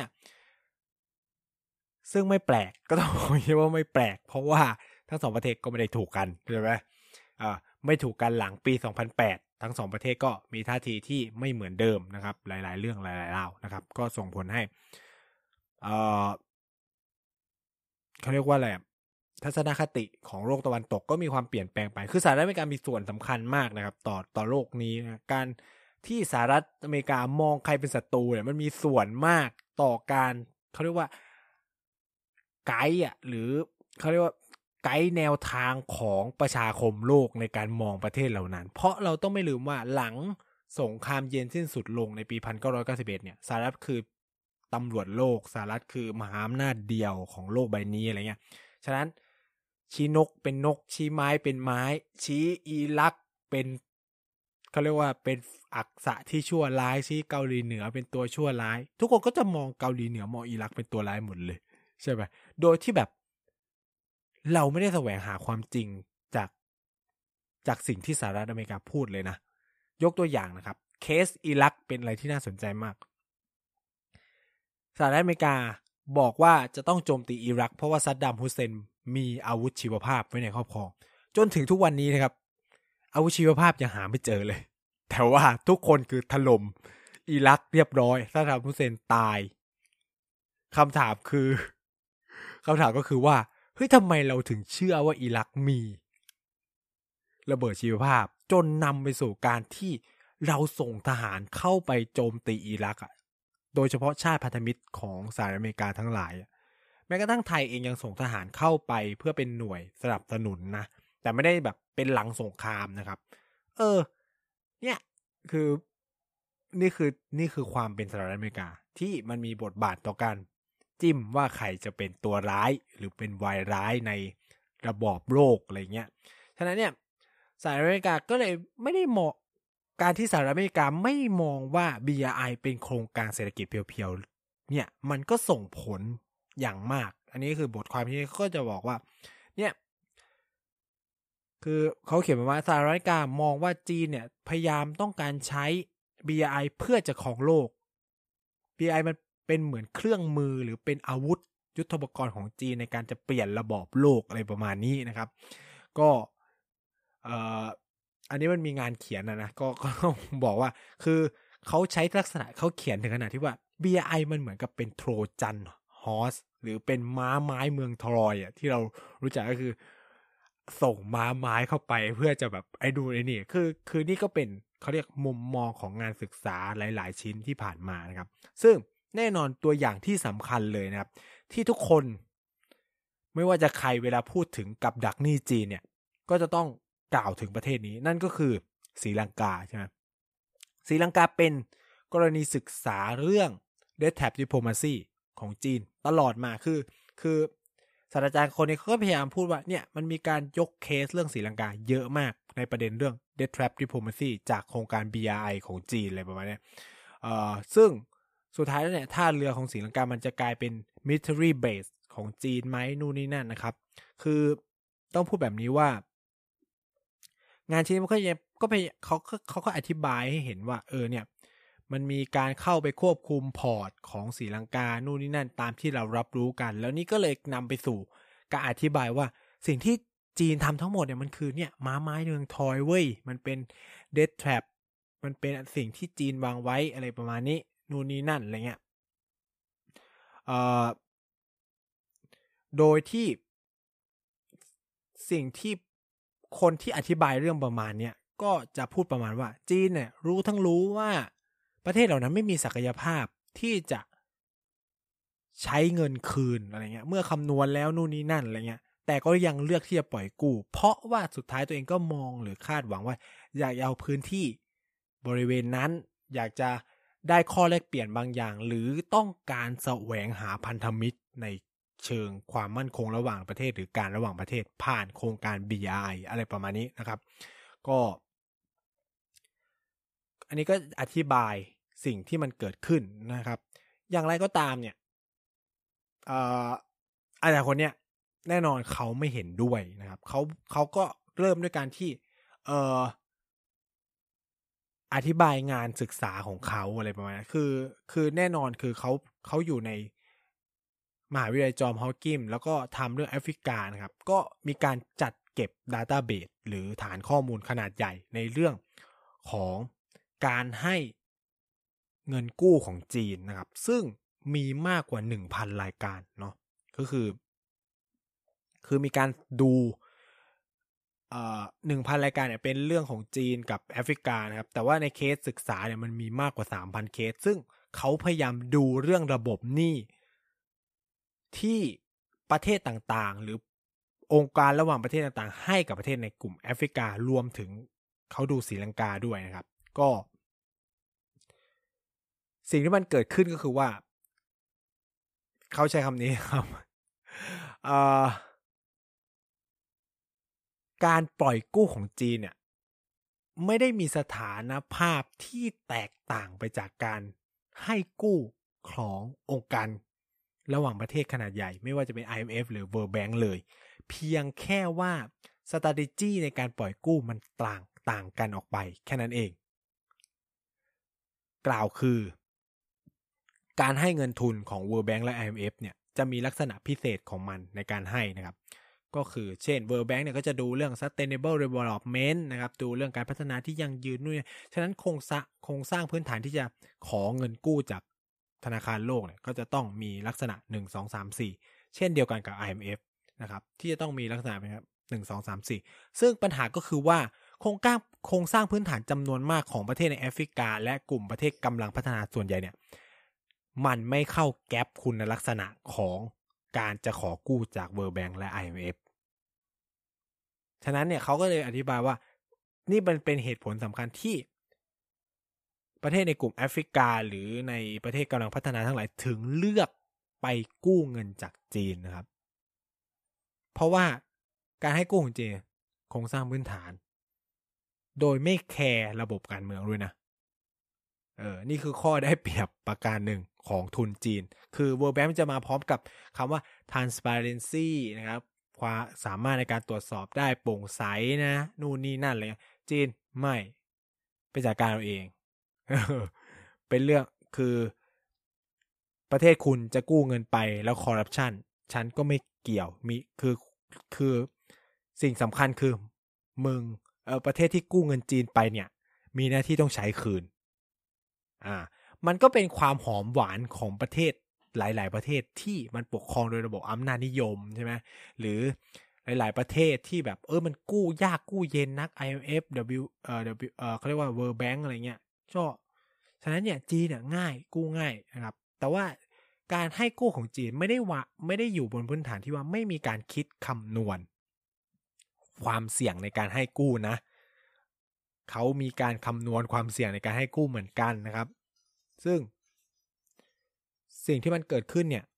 ซึ่งไม่แปลกก็ต้องบอกว่าไม่แปลกเพราะว่าทั้งสองประเทศก็ไม่ได้ถูกกันใช่ไหมอ่าไม่ถูกกันหลังปีสองพันแปดทั้งสองประเทศก็มีท่าทีที่ไม่เหมือนเดิมนะครับหลายๆเรื่องหลายๆราวนะครับก็ส่งผลให้เอ่อเขาเรียกว่าอะไรทัศนคติของโลกตะวันตกก็มีความเปลี่ยนแปลงไปคือสหรัฐอเมริกามีส่วนสำคัญมากนะครับต่อต่อโลกนี้นะการที่สหรัฐอเมริกามองใครเป็นศัตรูเนี่ยมันมีส่วนมากต่อการเขาเรียกว่าไกด์อ่ะหรือเขาเรียกว่าไกด์แนวทางของประชาคมโลกในการมองประเทศเหล่านั้นเพราะเราต้องไม่ลืมว่าหลังสงครามเย็นสิ้นสุดลงในปีหนึ่งพันเก้าร้อยเก้าสิบเอ็ดเนี่ยสหรัฐคือตำรวจโลกสหรัฐคือมหาอำนาจเดียวของโลกใบนี้อะไรเงี้ยฉะนั้นชี้นกเป็นนกชี้ไม้เป็นไม้ชี้อิรักเป็นเขาเรียกว่าเป็นอักษะที่ชั่วร้ายชี้เกาหลีเหนือเป็นตัวชั่วร้ายทุกคนก็จะมองเกาหลีเหนือมองอิรักเป็นตัวร้ายหมดเลยใช่ไหมโดยที่แบบเราไม่ได้แสวงหาความจริงจากจากสิ่งที่สหรัฐอเมริกาพูดเลยนะยกตัวอย่างนะครับเคสอิรักเป็นอะไรที่น่าสนใจมากสหรัฐอเมริกาบอกว่าจะต้องโจมตีอิรักเพราะว่าซัดดัมฮุสเซนมีอาวุธชีวภาพไว้ในครอบครองจนถึงทุกวันนี้นะครับอาวุธชีวภาพยังหาไม่เจอเลยแต่ว่าทุกคนคือถล่มอิรักเรียบร้อยซัดดัมฮุสเซนตายคำถามคือคำถามก็คือว่าเฮ้ยทำไมเราถึงเชื่อว่าอิรักมีระเบิดชีวภาพจนนำไปสู่การที่เราส่งทหารเข้าไปโจมตีอิรักอ่ะโดยเฉพาะชาติพันธมิตรของสหรัฐอเมริกาทั้งหลายแม้กระทั่งไทยเองยังส่งทหารเข้าไปเพื่อเป็นหน่วยสนับสนุนนะแต่ไม่ได้แบบเป็นหลังสงครามนะครับเออเนี่ยคือนี่คือนี่คือความเป็นสหรัฐอเมริกาที่มันมีบทบาทต่อการจิ้มว่าใครจะเป็นตัวร้ายหรือเป็นวายร้ายในระบอบโลกอะไรเงี้ยฉะนั้นเนี่ยสหรัฐอเมริกาก็เลยไม่ได้มองการที่สหรัฐอเมริกาไม่มองว่า บี อาร์ ไอ เป็นโครงการเศรษฐกิจเพียวๆเนี่ยมันก็ส่งผลอย่างมากอันนี้คือบทความที่เขาก็จะบอกว่าเนี่ยคือเขาเขียนมาว่าสหรัฐอเมริกามองว่าจีนเนี่ยพยายามต้องการใช้ บี อาร์ ไอ เพื่อจะครองโลก บี อาร์ ไอ มันเป็นเหมือนเครื่องมือหรือเป็นอาวุธยุทโธปกรณ์ของจีนในการจะเปลี่ยนระบอบโลกอะไรประมาณนี้นะครับก็เอ่ออันนี้มันมีงานเขียนนะนะก็ก็ต้องบอกว่าคือเขาใช้ลักษณะเขาเขียนถึงขนาดที่ว่า บี อาร์ ไอ มันเหมือนกับเป็นโทรจันฮอสหรือเป็นม้าไม้เมืองทรอยอ่ะที่เรารู้จักก็คือส่งม้าไม้เข้าไปเพื่อจะแบบไอ้ดูไอ้นี่คือคือนี่ก็เป็นเขาเรียกมุมมองของงานศึกษาหลายๆชิ้นที่ผ่านมานะครับซึ่งแน่นอนตัวอย่างที่สำคัญเลยนะครับที่ทุกคนไม่ว่าจะใครเวลาพูดถึงกับดักหนี้จีนเนี่ยก็จะต้องกล่าวถึงประเทศนี้นั่นก็คือศรีลังกาใช่ไหมศรีลังกาเป็นกรณีศึกษาเรื่อง Debt Trap Diplomacy ของจีนตลอดมาคือคือศาสตราจารย์คนนี้เขาก็พยายามพูดว่าเนี่ยมันมีการยกเคสเรื่องศรีลังกาเยอะมากในประเด็นเรื่อง Debt Trap Diplomacy จากโครงการ บี อาร์ ไอ ของจีนอะไรประมาณนี้เอ่อซึ่งสุดท้ายแล้วเนี่ยท่าเรือของศรีลังกามันจะกลายเป็น military base ของจีนไหมนู่นนี่นั่นนะครับคือต้องพูดแบบนี้ว่างานชิ้นนี้มันก็ก็ไปเขาเขาก็อธิบายให้เห็นว่าเออเนี่ยมันมีการเข้าไปควบคุมพอร์ตของศรีลังกานู่นนี่นั่นตามที่เรารับรู้กันแล้วนี่ก็เลยนำไปสู่การอธิบายว่าสิ่งที่จีนทำทั้งหมดเนี่ยมันคือเนี่ยม้าไม้เมืองทอยเว้ยมันเป็น death trap มันเป็นสิ่งที่จีนวางไว้อะไรประมาณนี้นู่นนี่นั่นอะไรเงี้ยเอ่อโดยที่สิ่งที่คนที่อธิบายเรื่องประมาณเนี้ยก็จะพูดประมาณว่าจีนเนี่ยรู้ทั้งรู้ว่าประเทศเหล่านั้นไม่มีศักยภาพที่จะใช้เงินคืนอะไรเงี้ยเมื่อคำนวณแล้วนู่นนี่นั่นอะไรเงี้ยแต่ก็ยังเลือกที่จะปล่อยกู้เพราะว่าสุดท้ายตัวเองก็มองหรือคาดหวังว่าอยากเอาพื้นที่บริเวณนั้นอยากจะได้ข้อแลกเปลี่ยนบางอย่างหรือต้องการแสวงหาพันธมิตรในเชิงความมั่นคงระหว่างประเทศหรือการระหว่างประเทศผ่านโครงการ บี ไอ อะไรประมาณนี้นะครับก็อันนี้ก็อธิบายสิ่งที่มันเกิดขึ้นนะครับอย่างไรก็ตามเนี่ยเอ่ออาจารย์คนเนี้ยแน่นอนเขาไม่เห็นด้วยนะครับเขาเขาก็เริ่มด้วยการที่เอ่ออธิบายงานศึกษาของเขาอะไรประมาณนั้นคือคือแน่นอนคือเขาเขาอยู่ในมหาวิทยาลัยจอห์นฮอปกินส์แล้วก็ทำเรื่องแอฟริกานะครับก็มีการจัดเก็บ Database หรือฐานข้อมูลขนาดใหญ่ในเรื่องของการให้เงินกู้ของจีนนะครับซึ่งมีมากกว่า หนึ่งพัน รายการเนาะก็คือคือมีการดูเอ่อ หนึ่งพัน รายการเนี่ยเป็นเรื่องของจีนกับแอฟริกานะครับแต่ว่าในเคสศึกษาเนี่ยมันมีมากกว่า สามพัน เคสซึ่งเขาพยายามดูเรื่องระบบหนี้ที่ประเทศต่างๆหรือองค์การระหว่างประเทศต่างๆให้กับประเทศในกลุ่มแอฟริการวมถึงเขาดูศรีลังกาด้วยนะครับก็สิ่งที่มันเกิดขึ้นก็คือว่าเขาใช้คำนี้ครับเอ่อการปล่อยกู้ของจีนเนี่ยไม่ได้มีสถานภาพที่แตกต่างไปจากการให้กู้ขององค์การระหว่างประเทศขนาดใหญ่ไม่ว่าจะเป็น ไอ เอ็ม เอฟ หรือ World Bank เลยเพียงแค่ว่า strategy ในการปล่อยกู้มันต่างต่างกันออกไปแค่นั้นเองกล่าวคือการให้เงินทุนของ World Bank และ ไอ เอ็ม เอฟ เนี่ยจะมีลักษณะพิเศษของมันในการให้นะครับก็คือเช่น World Bank เนี่ยก็จะดูเรื่อง sustainable development นะครับดูเรื่องการพัฒนาที่ยั่งยืนนู่นฉะนั้นโครงสร้างโครงสร้างพื้นฐานที่จะขอเงินกู้จากธนาคารโลกเนี่ยก็จะต้องมีลักษณะหนึ่ง สอง สาม สี่เช่นเดียวกันกับ ไอ เอ็ม เอฟ นะครับที่จะต้องมีลักษณะนะครับหนึ่ง สอง สาม สี่ซึ่งปัญหาก็คือว่าโครงสร้างโครงสร้างพื้นฐานจำนวนมากของประเทศในแอฟริกาและกลุ่มประเทศกำลังพัฒนาส่วนใหญ่เนี่ยมันไม่เข้าแก๊ปคุณลักษณะของการจะขอกู้จาก World Bank และ ไอ เอ็ม เอฟ ฉะนั้นเนี่ยเขาก็เลยอธิบายว่านี่มันเป็นเหตุผลสำคัญที่ประเทศในกลุ่มแอฟริกาหรือในประเทศกำลังพัฒนาทั้งหลายถึงเลือกไปกู้เงินจากจีนนะครับเพราะว่าการให้กู้ของจีนโครงสร้างพื้นฐานโดยไม่แคร์ระบบการเมืองด้วยนะเออนี่คือข้อได้เปรียบประการหนึ่งของทุนจีนคือ World Bank จะมาพร้อมกับคำว่า transparency นะครับความสามารถในการตรวจสอบได้โปร่งใสนะนู่นนี่นั่นอะไรจีนไม่ไปจัดการเอาเองเป็นเรื่องคือประเทศคุณจะกู้เงินไปแล้วคอร์รัปชันฉันก็ไม่เกี่ยวมีคือคือสิ่งสำคัญคือมึงเออประเทศที่กู้เงินจีนไปเนี่ยมีหน้าที่ต้องใช้คืนอ่ามันก็เป็นความหอมหวานของประเทศหลายๆประเทศที่มันปกครองโดยระบบอำนาจนิยมใช่ไหมหรือหลายๆประเทศที่แบบเออมันกู้ยากกู้เย็นนัก ไอ เอ็ม เอฟ W เอ่อ W เอ่อเขาเรียกว่า World Bank อะไรเงี้ยก็ฉะนั้นเนี่ยจีนเนี่ยง่ายกู้ง่ายนะครับแต่ว่าการให้กู้ของจีนไม่ได้ว่าไม่ได้อยู่บนพื้นฐานที่ว่าไม่มีการคิดคำนวณความเสี่ยงในการให้กู้นะเขามีการคำนวณความเสี่ยงในการให้กู้เหมือนกันนะครับซึ่งสิ่งที่มันเกิดขึ้นเนี่ย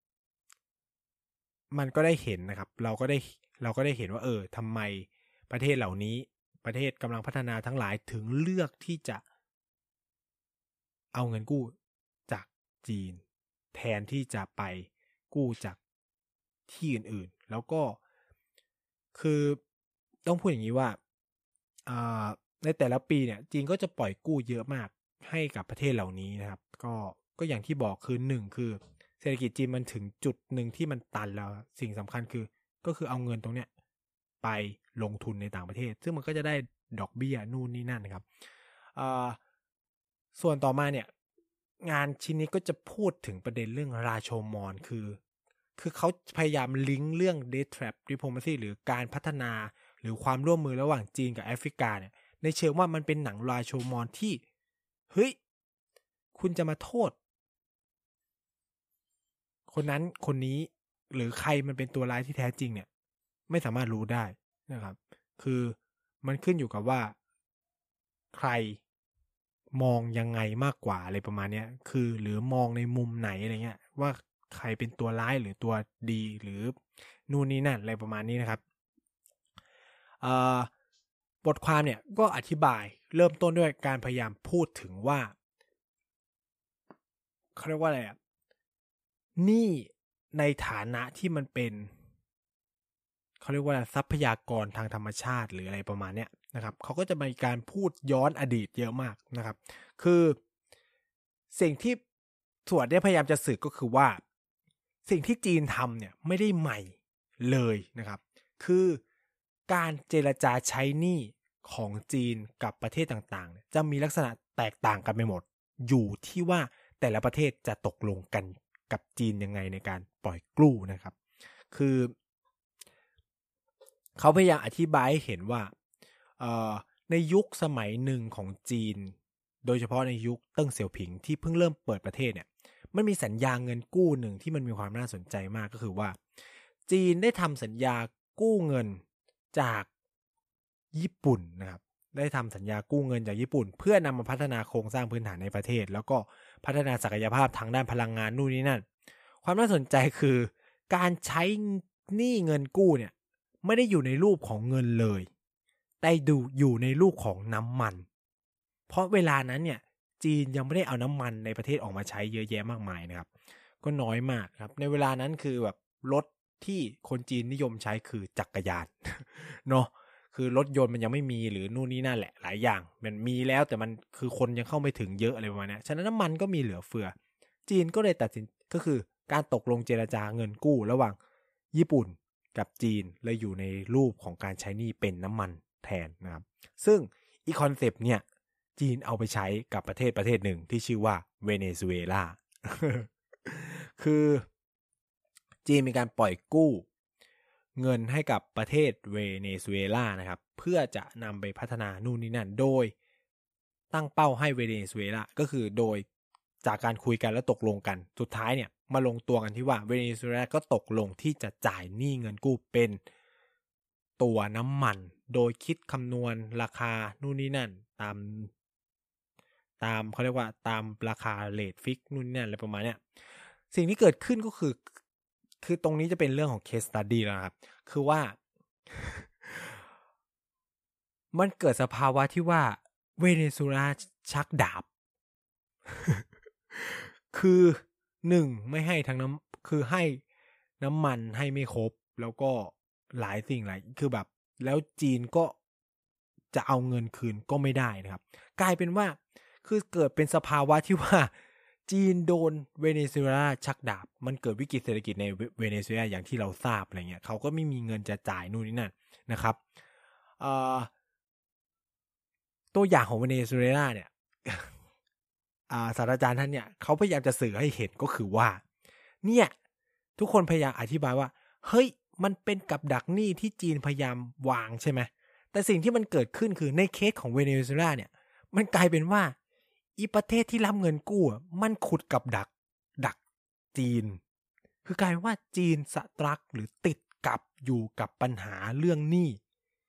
มันก็ได้เห็นนะครับเราก็ได้เราก็ได้เห็นว่าเออทำไมประเทศเหล่านี้ประเทศกำลังพัฒนาทั้งหลายถึงเลือกที่จะเอาเงินกู้จากจีนแทนที่จะไปกู้จากที่อื่นๆแล้วก็คือต้องพูดอย่างนี้ว่าในแต่ละปีเนี่ยจีนก็จะปล่อยกู้เยอะมากให้กับประเทศเหล่านี้นะครับก็ก็อย่างที่บอกคือหนึ่งคือเศรษฐกิจจีนมันถึงจุดหนึ่งที่มันตันแล้วสิ่งสำคัญคือก็คือเอาเงินตรงเนี้ยไปลงทุนในต่างประเทศซึ่งมันก็จะได้ดอกเบี้ยนู่นนี่นั่นนะครับส่วนต่อมาเนี่ยงานชิ้นนี้ก็จะพูดถึงประเด็นเรื่องราโชมอนคือคือเขาพยายามลิงก์เรื่อง Debt Trap Diplomacy หรือการพัฒนาหรือความร่วมมือระหว่างจีนกับแอฟริกาเนี่ยในเชิงว่ามันเป็นหนังราโชมอนที่เฮ้ยคุณจะมาโทษคนนั้นคนนี้หรือใครมันเป็นตัวร้ายที่แท้จริงเนี่ยไม่สามารถรู้ได้นะครับคือมันขึ้นอยู่กับว่าใครมองยังไงมากกว่าอะไรประมาณนี้คือหรือมองในมุมไหนอะไรเงี้ยว่าใครเป็นตัวร้ายหรือตัวดีหรือนู่นนี่นั่นอะไรประมาณนี้นะครับบทความเนี่ยก็อธิบายเริ่มต้นด้วยการพยายามพูดถึงว่าเขาเรียกว่าอะไรอ่ะนี่ในฐานะที่มันเป็นเขาเรียกว่าทรัพยากรทางธรรมชาติหรืออะไรประมาณเนี้ยนะครับเขาก็จะมีการพูดย้อนอดีตเยอะมากนะครับคือสิ่งที่ส่วนได้พยายามจะสื่อก็คือว่าสิ่งที่จีนทำเนี่ยไม่ได้ใหม่เลยนะครับคือการเจรจาใช้หนี้ของจีนกับประเทศต่างๆจะมีลักษณะแตกต่างกันไปหมดอยู่ที่ว่าแต่ละประเทศจะตกลงกันกับจีนยังไงในการปล่อยกู้นะครับคือเขาพยายามอธิบายให้เห็นว่าในยุคสมัยหนึ่งของจีนโดยเฉพาะในยุคเติ้งเสี่ยวผิงที่เพิ่งเริ่มเปิดประเทศเนี่ยมันมีสัญญาเงินกู้หนึ่งที่มันมีความน่าสนใจมากก็คือว่าจีนได้ทำสัญญากู้เงินจากญี่ปุ่นนะครับได้ทำสัญญากู้เงินจากญี่ปุ่นเพื่อนำมาพัฒนาโครงสร้างพื้นฐานในประเทศแล้วก็พัฒนาศักยภาพทางด้านพลังงานนู่นนี่นั่นความน่าสนใจคือการใช้หนี้เงินกู้เนี่ยไม่ได้อยู่ในรูปของเงินเลยแต่ดูอยู่ในรูปของน้ำมันเพราะเวลานั้นเนี่ยจีนยังไม่ได้เอาน้ำมันในประเทศออกมาใช้เยอะแยะมากมายนะครับก็น้อยมากครับในเวลานั้นคือแบบรถที่คนจีนนิยมใช้คือจักรยานเนาะคือรถยนต์มันยังไม่มีหรือนู่นนี่นั่นแหละหลายอย่างมันมีแล้วแต่มันคือคนยังเข้าไม่ถึงเยอะอะไรประมาณนี้ฉะนั้นน้ำมันก็มีเหลือเฟือจีนก็เลยตัดสินก็คือการตกลงเจรจาเงินกู้ระหว่างญี่ปุ่นกับจีนเลยอยู่ในรูปของการใช้หนี้เป็นน้ำมันแทนนะครับซึ่งอีคอนเซปต์เนี่ยจีนเอาไปใช้กับประเทศประเทศหนึ่งที่ชื่อว่าเวเนซุเอลา คือจีนมีการปล่อยกู้เงินให้กับประเทศเวเนซุเอลานะครับเพื่อจะนำไปพัฒนานู่นนี่นั่นโดยตั้งเป้าให้เวเนซุเอลาก็คือโดยจากการคุยกันแล้วตกลงกันสุดท้ายเนี่ยมาลงตัวกันที่ว่าเวเนซุเอลาก็ตกลงที่จะจ่ายหนี้เงินกู้เป็นตัวน้ำมันโดยคิดคำนวณราคานู่นนี่นั่นตามตามเขาเรียกว่าตามราคาเรทฟิกนู่นนี่นั่นอะไรประมาณเนี้ยสิ่งที่เกิดขึ้นก็คือคือตรงนี้จะเป็นเรื่องของ case study แล้วครับคือว่า มันเกิดสภาวะที่ว่าเวเนซุเอลาชักดาบ คือหนึ่งไม่ให้ทั้งน้ำคือให้น้ำมันให้ไม่ครบแล้วก็หลายสิ่งหลายคือแบบแล้วจีนก็จะเอาเงินคืนก็ไม่ได้นะครับกลายเป็นว่าคือเกิดเป็นสภาวะที่ว่าจีนโดนเวเนซุเอลาชักดาบมันเกิดวิกฤตเศรษฐกิจในเวเนซุเอลาอย่างที่เราทราบอะไรเงี้ยเขาก็ไม่มีเงินจะจ่ายนู่นนี่นั่นนะครับเอ่อตัวอย่างของเวเนซุเอลาเนี่ยอ่าศาสตราจารย์ท่านเนี่ยเขาพยายามจะสื่อให้เห็นก็คือว่าเนี่ยทุกคนพยายามอธิบายว่าเฮ้ยมันเป็นกับดักหนี้ที่จีนพยายามวางใช่ไหมแต่สิ่งที่มันเกิดขึ้นคือในเคสของเวเนซุเอลาเนี่ยมันกลายเป็นว่าอีประเทศที่รับเงินกู้มันขุดกับดักดักจีนคือกลายเป็นว่าจีนสตรักหรือติดกับอยู่กับปัญหาเรื่องหนี้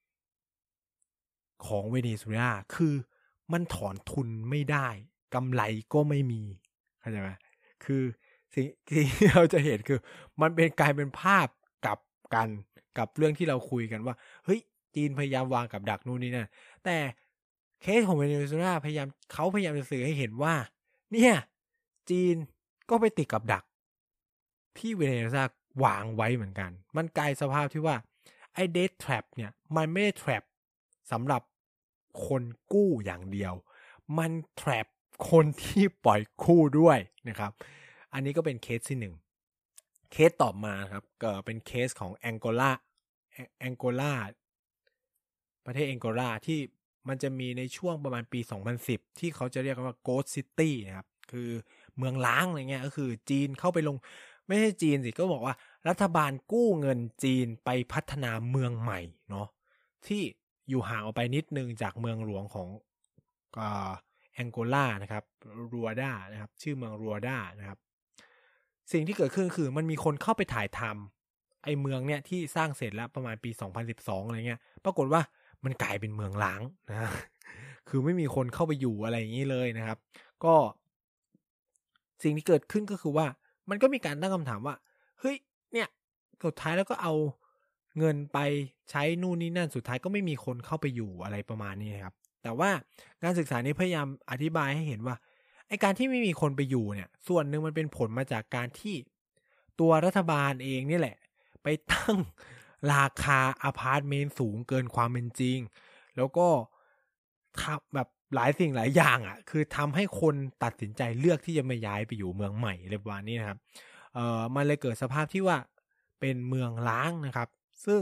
ของเวเนซุเอลาคือมันถอนทุนไม่ได้กำไรก็ไม่มีเข้าใจไหมคือสิ่งที่เราจะเห็นคือมันเป็นกลายเป็นภาพกับกันกับเรื่องที่เราคุยกันว่าเฮ้ยจีนพยายามวางกับดักนู่นนี่นั่นแต่เคสของเวเนซุเอลาพยายามเขาพยายามจะสื่อให้เห็นว่าเนี่ยจีนก็ไปติดกับดักที่เวเนซุเอลาวางไว้เหมือนกันมันกลายสภาพที่ว่าไอ้ debt trap เนี่ยมันไม่ได้ trap สำหรับคนกู้อย่างเดียวมัน trap คนที่ปล่อยกู้ด้วยนะครับอันนี้ก็เป็นเคสที่หนึ่งเคสต่อมาครับก็เป็นเคสของแองโกลาแองโกลาประเทศแองโกลาที่มันจะมีในช่วงประมาณปีสองพันสิบที่เขาจะเรียกว่า Ghost City นะครับคือเมืองล้างอะไรเงี้ยก็คือจีนเข้าไปลงไม่ใช่จีนสิก็บอกว่ารัฐบาลกู้เงินจีนไปพัฒนาเมืองใหม่เนาะที่อยู่ห่างออกไปนิดนึงจากเมืองหลวงของแองโกลานะครับรัวดานะครับชื่อเมืองรัวดานะครับสิ่งที่เกิดขึ้นคือมันมีคนเข้าไปถ่ายทำไอ้เมืองเนี่ยที่สร้างเสร็จแล้วประมาณปีสองพันสิบสองอะไรเงี้ยปรากฏว่ามันกลายเป็นเมืองร้างนะ คือไม่มีคนเข้าไปอยู่อะไรอย่างนี้เลยนะครับ ก็สิ่งที่เกิดขึ้นก็คือว่ามันก็มีการตั้งคำถามว่าเฮ้ยเนี่ยสุดท้ายแล้วก็เอาเงินไปใช้นู่นนี่นั่นสุดท้ายก็ไม่มีคนเข้าไปอยู่อะไรประมาณนี้ครับแต่ว่างานศึกษานี้พยายามอธิบายให้เห็นว่าไอ้การที่ไม่มีคนไปอยู่เนี่ยส่วนหนึ่งมันเป็นผลมาจากการที่ตัวรัฐบาลเองนี่แหละไปตั้งราคาอพาร์ตเมนต์สูงเกินความเป็นจริงแล้วก็ทับแบบหลายสิ่งหลายอย่างอ่ะคือทำให้คนตัดสินใจเลือกที่จะไม่ย้ายไปอยู่เมืองใหม่อะไรประมาณนี้นะครับเอ่อมันเลยเกิดสภาพที่ว่าเป็นเมืองร้างนะครับซึ่ง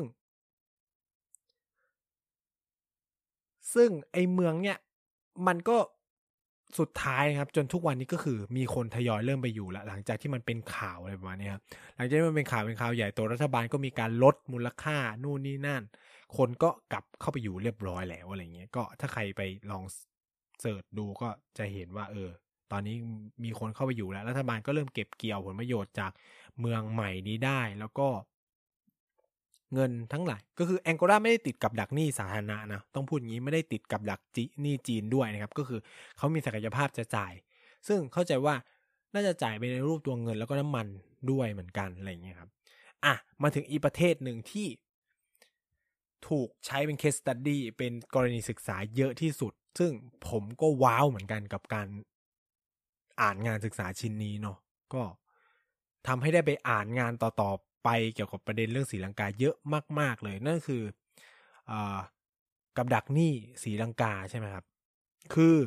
ซึ่งไอ้เมืองเนี่ยมันก็สุดท้ายครับจนทุกวันนี้ก็คือมีคนทยอยเริ่มไปอยู่แล้วหลังจากที่มันเป็นข่าวอะไรประมาณนี้ครับหลังจากที่มันเป็นข่าวเป็นข่าวใหญ่ตัวรัฐบาลก็มีการลดมูลค่านู่นนี่นั่นคนก็กลับเข้าไปอยู่เรียบร้อยแล้วอะไรเงี้ยก็ถ้าใครไปลองเสิร์ชดูก็จะเห็นว่าเออตอนนี้มีคนเข้าไปอยู่แล้วรัฐบาลก็เริ่มเก็บเกี่ยวผลประโยชน์จากเมืองใหม่นี้ได้แล้วก็เงินทั้งหลายก็คือแองโกลาไม่ได้ติดกับดักหนี้สาธารณะนะต้องพูดงี้ไม่ได้ติดกับดักจีหนี้จีนด้วยนะครับก็คือเขามีศักยภาพจะจ่ายซึ่งเข้าใจว่าน่าจะจ่ายไปในรูปตัวเงินแล้วก็น้ำมันด้วยเหมือนกันอะไรอย่างเงี้ยครับอ่ะมาถึงอีกประเทศหนึ่งที่ถูกใช้เป็น case study เป็นกรณีศึกษาเยอะที่สุดซึ่งผมก็ว้าวเหมือนกันกับการอ่านงานศึกษาชิ้นนี้เนาะก็ทำให้ได้ไปอ่านงานต่อๆไปเกี่ยวกับประเด็นเรื่องศรีลังกาเยอะมากๆเลยนั่นคืออ่ากับดักหนี้ศรีลังกาใช่ไหมครับคือ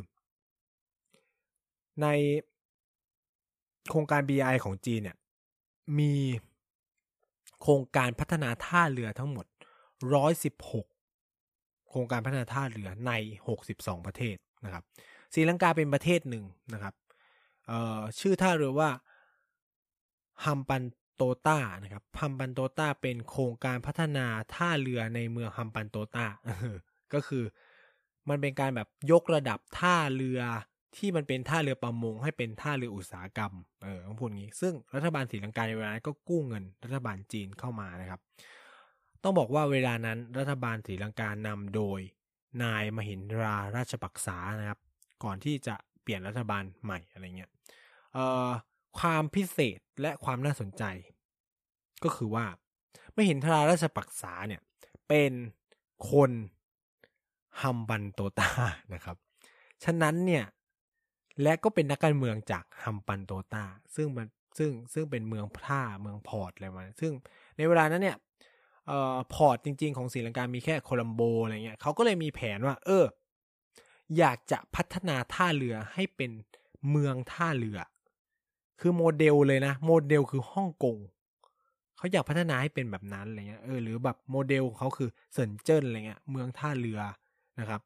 ในโครงการ บี ไอ ของจีนเนี่ยมีโครงการพัฒนาท่าเรือทั้งหมดหนึ่งร้อยสิบหกโครงการพัฒนาท่าเรือในหกสิบสองประเทศนะครับศรีลังกาเป็นประเทศหนึ่งนะครับเอ่อชื่อท่าเรือว่าฮัมปันโตต้านะครับฮัมปันโตต้าเป็นโครงการพัฒนาท่าเรือในเมืองฮัมปันโตต้าก็คือมันเป็นการแบบยกระดับท่าเรือที่มันเป็นท่าเรือประมงให้เป็นท่าเรืออุตสาหกรรมเออต้องพูดงี้ซึ่งรัฐบาลศรีลังกาในเวลานั้นก็กู้เงินรัฐบาลจีนเข้ามานะครับต้องบอกว่าเวลานั้นรัฐบาลศรีลังกานำโดยนายมหินทราราชปักษานะครับก่อนที่จะเปลี่ยนรัฐบาลใหม่อะไรเงี้ยเอ่อความพิเศษและความน่าสนใจก็คือว่ามหินทราราชปักษาเนี่ยเป็นคนฮัมบันโตต้านะครับฉะนั้นเนี่ยและก็เป็นนักการเมืองจากฮัมปันโตต้าซึ่งมันซึ่งซึ่งเป็นเมืองท่าเมืองพอร์ตอะไรมาซึ่งในเวลานั้นเนี่ยเอ่อพอร์ตจริงๆของศรีลังกามีแค่โคลัมโบอะไรเงี้ยเขาก็เลยมีแผนว่าเอออยากจะพัฒนาท่าเรือให้เป็นเมืองท่าเรือคือโมเดลเลยนะโมเดลคือฮ่องกงเขาอยากพัฒนาให้เป็นแบบนั้นอะไรเงี้ยเออหรือแบบโมเดลของเขาคือเซินเจิ้นอะไรเงี้ยเมืองท่าเรือนะครับ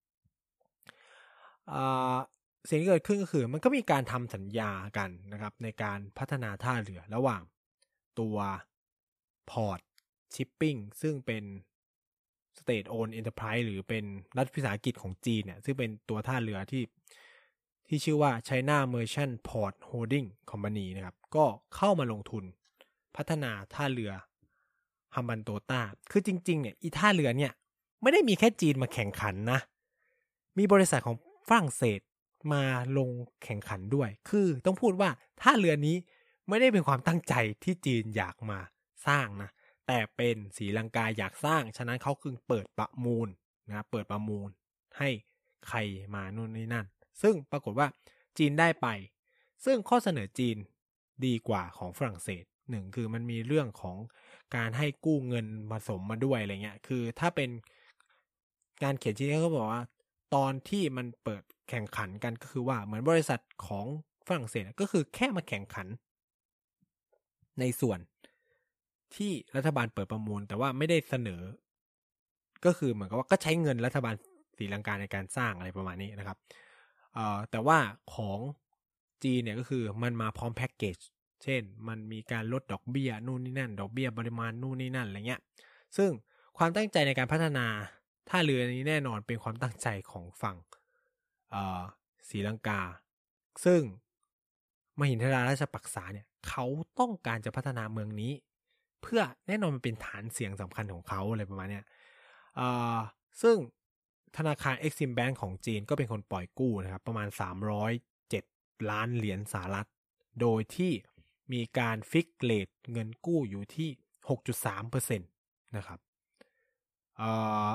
อ่าสิ่งที่เกิดขึ้นก็คือมันก็มีการทำสัญญากันนะครับในการพัฒนาท่าเรือระหว่างตัวพอร์ตชิปปิ้งซึ่งเป็น State Owned Enterprise หรือเป็นรัฐวิสาหกิจของจีนเนี่ยซึ่งเป็นตัวท่าเรือที่ที่ชื่อว่า China Merchant Port Holding Company นะครับก็เข้ามาลงทุนพัฒนาท่าเรือฮัมบันโตต้าคือจริงๆเนี่ยอีท่าเรือเนี่ยไม่ได้มีแค่จีนมาแข่งขันนะมีบริษัทของฝรั่งเศสมาลงแข่งขันด้วยคือต้องพูดว่าท่าเรือนี้ไม่ได้เป็นความตั้งใจที่จีนอยากมาสร้างนะแต่เป็นศรีลังกาอยากสร้างฉะนั้นเขาคือเปิดประมูลนะครับเปิดประมูลให้ใครมานู่นนี่นั่นซึ่งปรากฏว่าจีนได้ไปซึ่งข้อเสนอจีนดีกว่าของฝรั่งเศสหนึ่งคือมันมีเรื่องของการให้กู้เงินผสมมาด้วยอะไรเงี้ยคือถ้าเป็นการเขียนชิ้นนี้เขาบอกว่าตอนที่มันเปิดแข่งขันกันก็คือว่าเหมือนบริษัทของฝรั่งเศสก็คือแค่มาแข่งขันในส่วนที่รัฐบาลเปิดประมูลแต่ว่าไม่ได้เสนอก็คือเหมือนกับว่าก็ใช้เงินรัฐบาลศรีลังกาในการสร้างอะไรประมาณนี้นะครับเอ่อแต่ว่าของจีนเนี่ยก็คือมันมาพร้อมแพ็กเกจเช่นมันมีการลดดอกเบี้ยนู่นนี่นั่นดอกเบี้ยปริมาณนู่นนี่นั่นอะไรเงี้ยซึ่งความตั้งใจในการพัฒนาท่าเรือนี้แน่นอนเป็นความตั้งใจของฝั่งเอ่อศรีลังกาซึ่งมหินทราราชปักษาเนี่ยเขาต้องการจะพัฒนาเมืองนี้เพื่อแน่นอนมันเป็นฐานเสียงสำคัญของเขาอะไรประมาณเนี้ยอ่าซึ่งธนาคาร Exim Bank ของจีนก็เป็นคนปล่อยกู้นะครับประมาณสามร้อยเจ็ดล้านเหรียญสหรัฐโดยที่มีการฟิกเรทเงินกู้อยู่ที่ หกจุดสาม เปอร์เซ็นต์ นะครับอ่า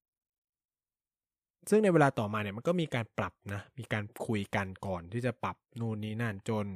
ซึ่งในเวลาต่อมาเนี่ยมันก็มีการปรับนะมีการคุยกันก่อนที่จะปรับนู่นนี่นั่นจน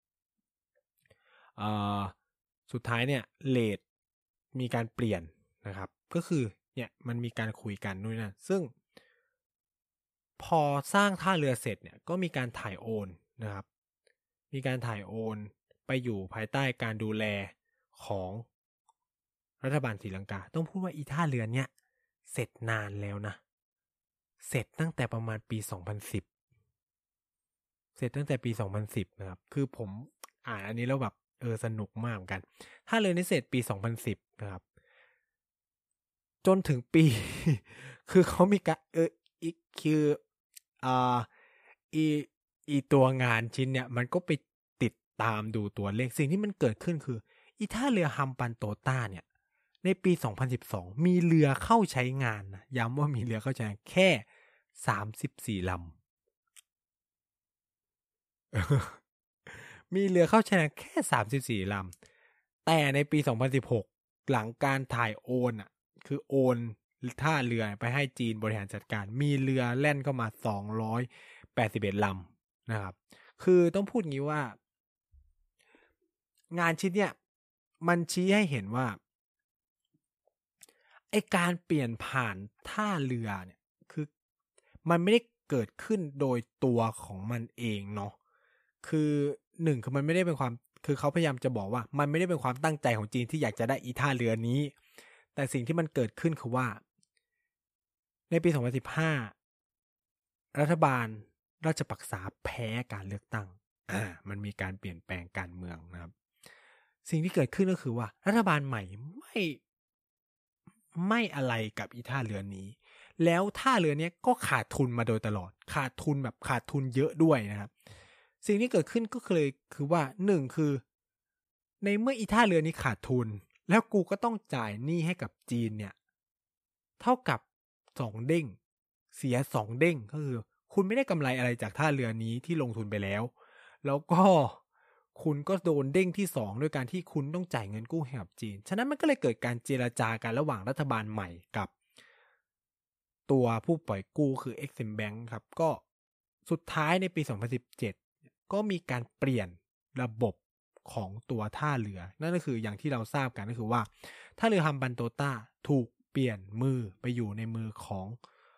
อ่าสุดท้ายเนี่ยเรทมีการเปลี่ยนนะครับก็คือเนี่ยมันมีการคุยกันนู่นนั่นซึ่งพอสร้างท่าเรือเสร็จเนี่ยก็มีการถ่ายโอนนะครับมีการถ่ายโอนไปอยู่ภายใต้การดูแลของรัฐบาลศรีลังกาต้องพูดว่าอีท่าเรือเนี่ยเสร็จนานแล้วนะเสร็จตั้งแต่ประมาณปีสองพันสิบเสร็จตั้งแต่ปีสองพันสิบนะครับคือผมอ่านอันนี้แล้วแบบเออสนุกมากเหมือนกันท่าเรือนี้เสร็จปีสองพันสิบนะครับจนถึงปี คือเขามีการเอออีกคืออ่าอีอีตัวงานชิ้นเนี่ยมันก็ไปติดตามดูตัวเลขสิ่งที่มันเกิดขึ้นคืออีท่าเรือฮัมปันโตต้าเนี่ยในปีสองพันสิบสองมีเรือเข้าใช้งานนะย้ำว่ามีเรือเข้าใช้งานแค่สามสิบสี่ลำ มีเรือเข้าใช้งานแค่สามสิบสี่ลำแต่ในปีสองพันสิบหกหลังการถ่ายโอนอ่ะคือโอนท่าเรือไปให้จีนบริหารจัดการมีเรือแล่นเข้ามาสองร้อยแปดสิบเอ็ดลำนะครับคือต้องพูดงี้ว่างานชิ้นเนี้ยมันชี้ให้เห็นว่าไอการเปลี่ยนผ่านท่าเรือเนี่ยคือมันไม่ได้เกิดขึ้นโดยตัวของมันเองเนาะคือหนึ่งคือมันไม่ได้เป็นความคือเขาพยายามจะบอกว่ามันไม่ได้เป็นความตั้งใจของจีนที่อยากจะได้อีท่าเรือนี้แต่สิ่งที่มันเกิดขึ้นคือว่าในปีสองพันสิบห้ารัฐบาลราชปักษาแพ้การเลือกตั้งอ่ามันมีการเปลี่ยนแปลงการเมืองนะครับสิ่งที่เกิดขึ้นก็คือว่ารัฐบาลใหม่ไม่ไม่อะไรกับอีท่าเรือนี้แล้วท่าเรือนี้ก็ขาดทุนมาโดยตลอดขาดทุนแบบขาดทุนเยอะด้วยนะครับสิ่งที่เกิดขึ้นก็เลยคือว่าหนึ่งคือในเมื่ออีท่าเรือนี้ขาดทุนแล้วกูก็ต้องจ่ายหนี้ให้กับจีนเนี่ยเท่ากับสองเด้งเสียสองเด้งก็คือคุณไม่ได้กำไรอะไรจากท่าเรือนี้ที่ลงทุนไปแล้วแล้วก็คุณก็โดนเด้งที่สองด้วยการที่คุณต้องจ่ายเงินกู้ให้กับจีนฉะนั้นมันก็เลยเกิดการเจรจากันระหว่างรัฐบาลใหม่กับตัวผู้ปล่อยกู้คือ Exim Bank ครับก็สุดท้ายในปีสองพันสิบเจ็ดก็มีการเปลี่ยนระบบของตัวท่าเรือนั่นก็คืออย่างที่เราทราบกันก็คือว่าท่าเรือฮัมบันโตต้าถูกเปลี่ยนมือไปอยู่ในมือของ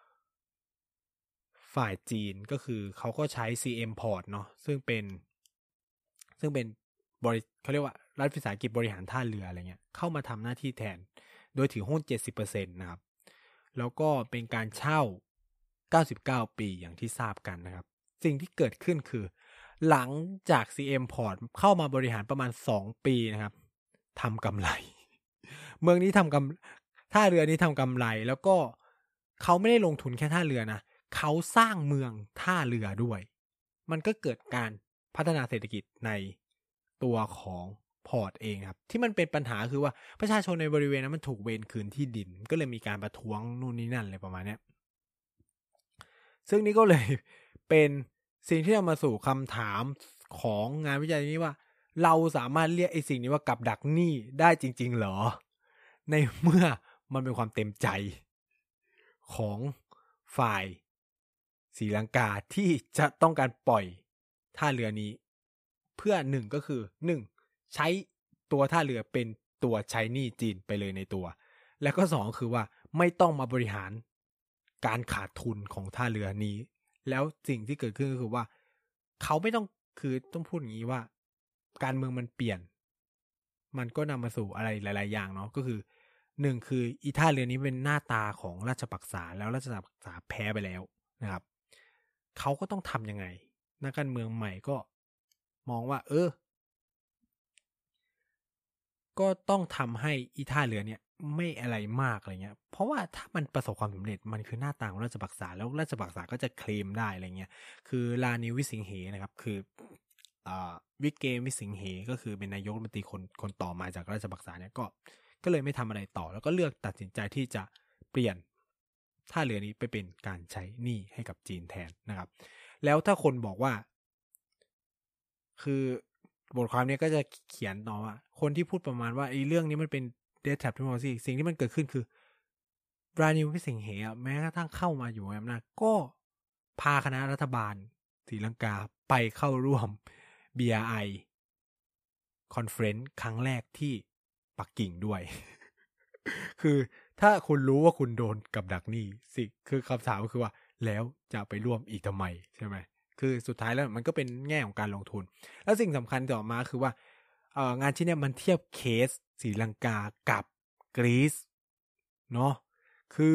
ฝ่ายจีนก็คือเขาก็ใช้ ซี เอ็ม Port เนาะซึ่งเป็นซึ่งเป็นบริเขาเรียกว่ารัฐวิสาหกิจบริหารท่าเรืออะไรเงี้ยเข้ามาทำหน้าที่แทนโดยถือหุ้น เจ็ดสิบเปอร์เซ็นต์ นะครับแล้วก็เป็นการเช่าเก้าสิบเก้าปีอย่างที่ทราบกันนะครับสิ่งที่เกิดขึ้นคือหลังจาก ซี เอ็ม Port เข้ามาบริหารประมาณสองปีนะครับทำกำไร เมืองนี้ทำกำท่าเรือนี้ทำกำไรแล้วก็เขาไม่ได้ลงทุนแค่ท่าเรือนะเขาสร้างเมืองท่าเรือด้วยมันก็เกิดการพัฒนาเศรษฐกิจในตัวของพอร์ตเองครับที่มันเป็นปัญหาคือว่าประชาชนในบริเวณนั้นมันถูกเวรคืนที่ดินก็เลยมีการประท้วงนู่นนี่นั่นอะไรประมาณนี้ซึ่งนี่ก็เลยเป็นสิ่งที่นำมาสู่คำถามของงานวิจัยนี้ว่าเราสามารถเรียกไอ้สิ่งนี้ว่ากับดักหนี้ได้จริงๆเหรอในเมื่อมันเป็นความเต็มใจของฝ่ายศรีลังกาที่จะต้องการปล่อยท่าเรือนี้เพื่อหนึ่งก็คือหนึ่งใช้ตัวท่าเรือเป็นตัวใช้หนี้จีนไปเลยในตัวและก็สองคือว่าไม่ต้องมาบริหารการขาดทุนของท่าเรือนี้แล้วสิ่งที่เกิดขึ้นก็คือว่าเขาไม่ต้องคือต้องพูดอย่างนี้ว่าการเมืองมันเปลี่ยนมันก็นำมาสู่อะไรหลายๆอย่างเนาะก็คือหนึ่งคืออีท่าเรือนี้เป็นหน้าตาของราชปักษาแล้วราชปักษาแพ้ไปแล้วนะครับเขาก็ต้องทำยังไงนักการเมืองใหม่ก็มองว่าเออก็ต้องทำให้อีท่าเรือเนี่ยไม่อะไรมากอะไรเงี้ยเพราะว่าถ้ามันประสบความสำเร็จมันคือหน้าตาของราชปักษาแล้วราชปักษาก็จะเคลมได้อะไรเงี้ยคือลานิวิสิงเหนะครับคือวิกเกมวิสิงเหก็คือเป็นนายกรัฐมนตรีคนคนต่อมาจากราชบักษาเนี่ยก็ก็เลยไม่ทำอะไรต่อแล้วก็เลือกตัดสินใจที่จะเปลี่ยนท่าเรือนี้ไปเป็นการใช้หนี้ให้กับจีนแทนนะครับแล้วถ้าคนบอกว่าคือบทความนี้ก็จะเขียนต่อว่าคนที่พูดประมาณว่าไอ้เรื่องนี้มันเป็น Death Trap Democracy สิ่งที่มันเกิดขึ้นคือรานิววิสิงเหแม้กระทั่งเข้ามาอยู่ในอำนาจก็พาคณะรัฐบาลศรีลังกาไปเข้าร่วม บี อาร์ ไอ Conference ครั้งแรกที่ปักกิ่งด้วย คือถ้าคุณรู้ว่าคุณโดนกับดักหนี้สิคือคำถามก็คือว่าแล้วจะไปร่วมอีกทำไมใช่ไหมคือสุดท้ายแล้วมันก็เป็นแง่ของการลงทุนแล้วสิ่งสำคัญต่อมาคือว่าเอ่องานชิ้นนี้มันเทียบเคสศรีลังกากับกรีซเนาะคื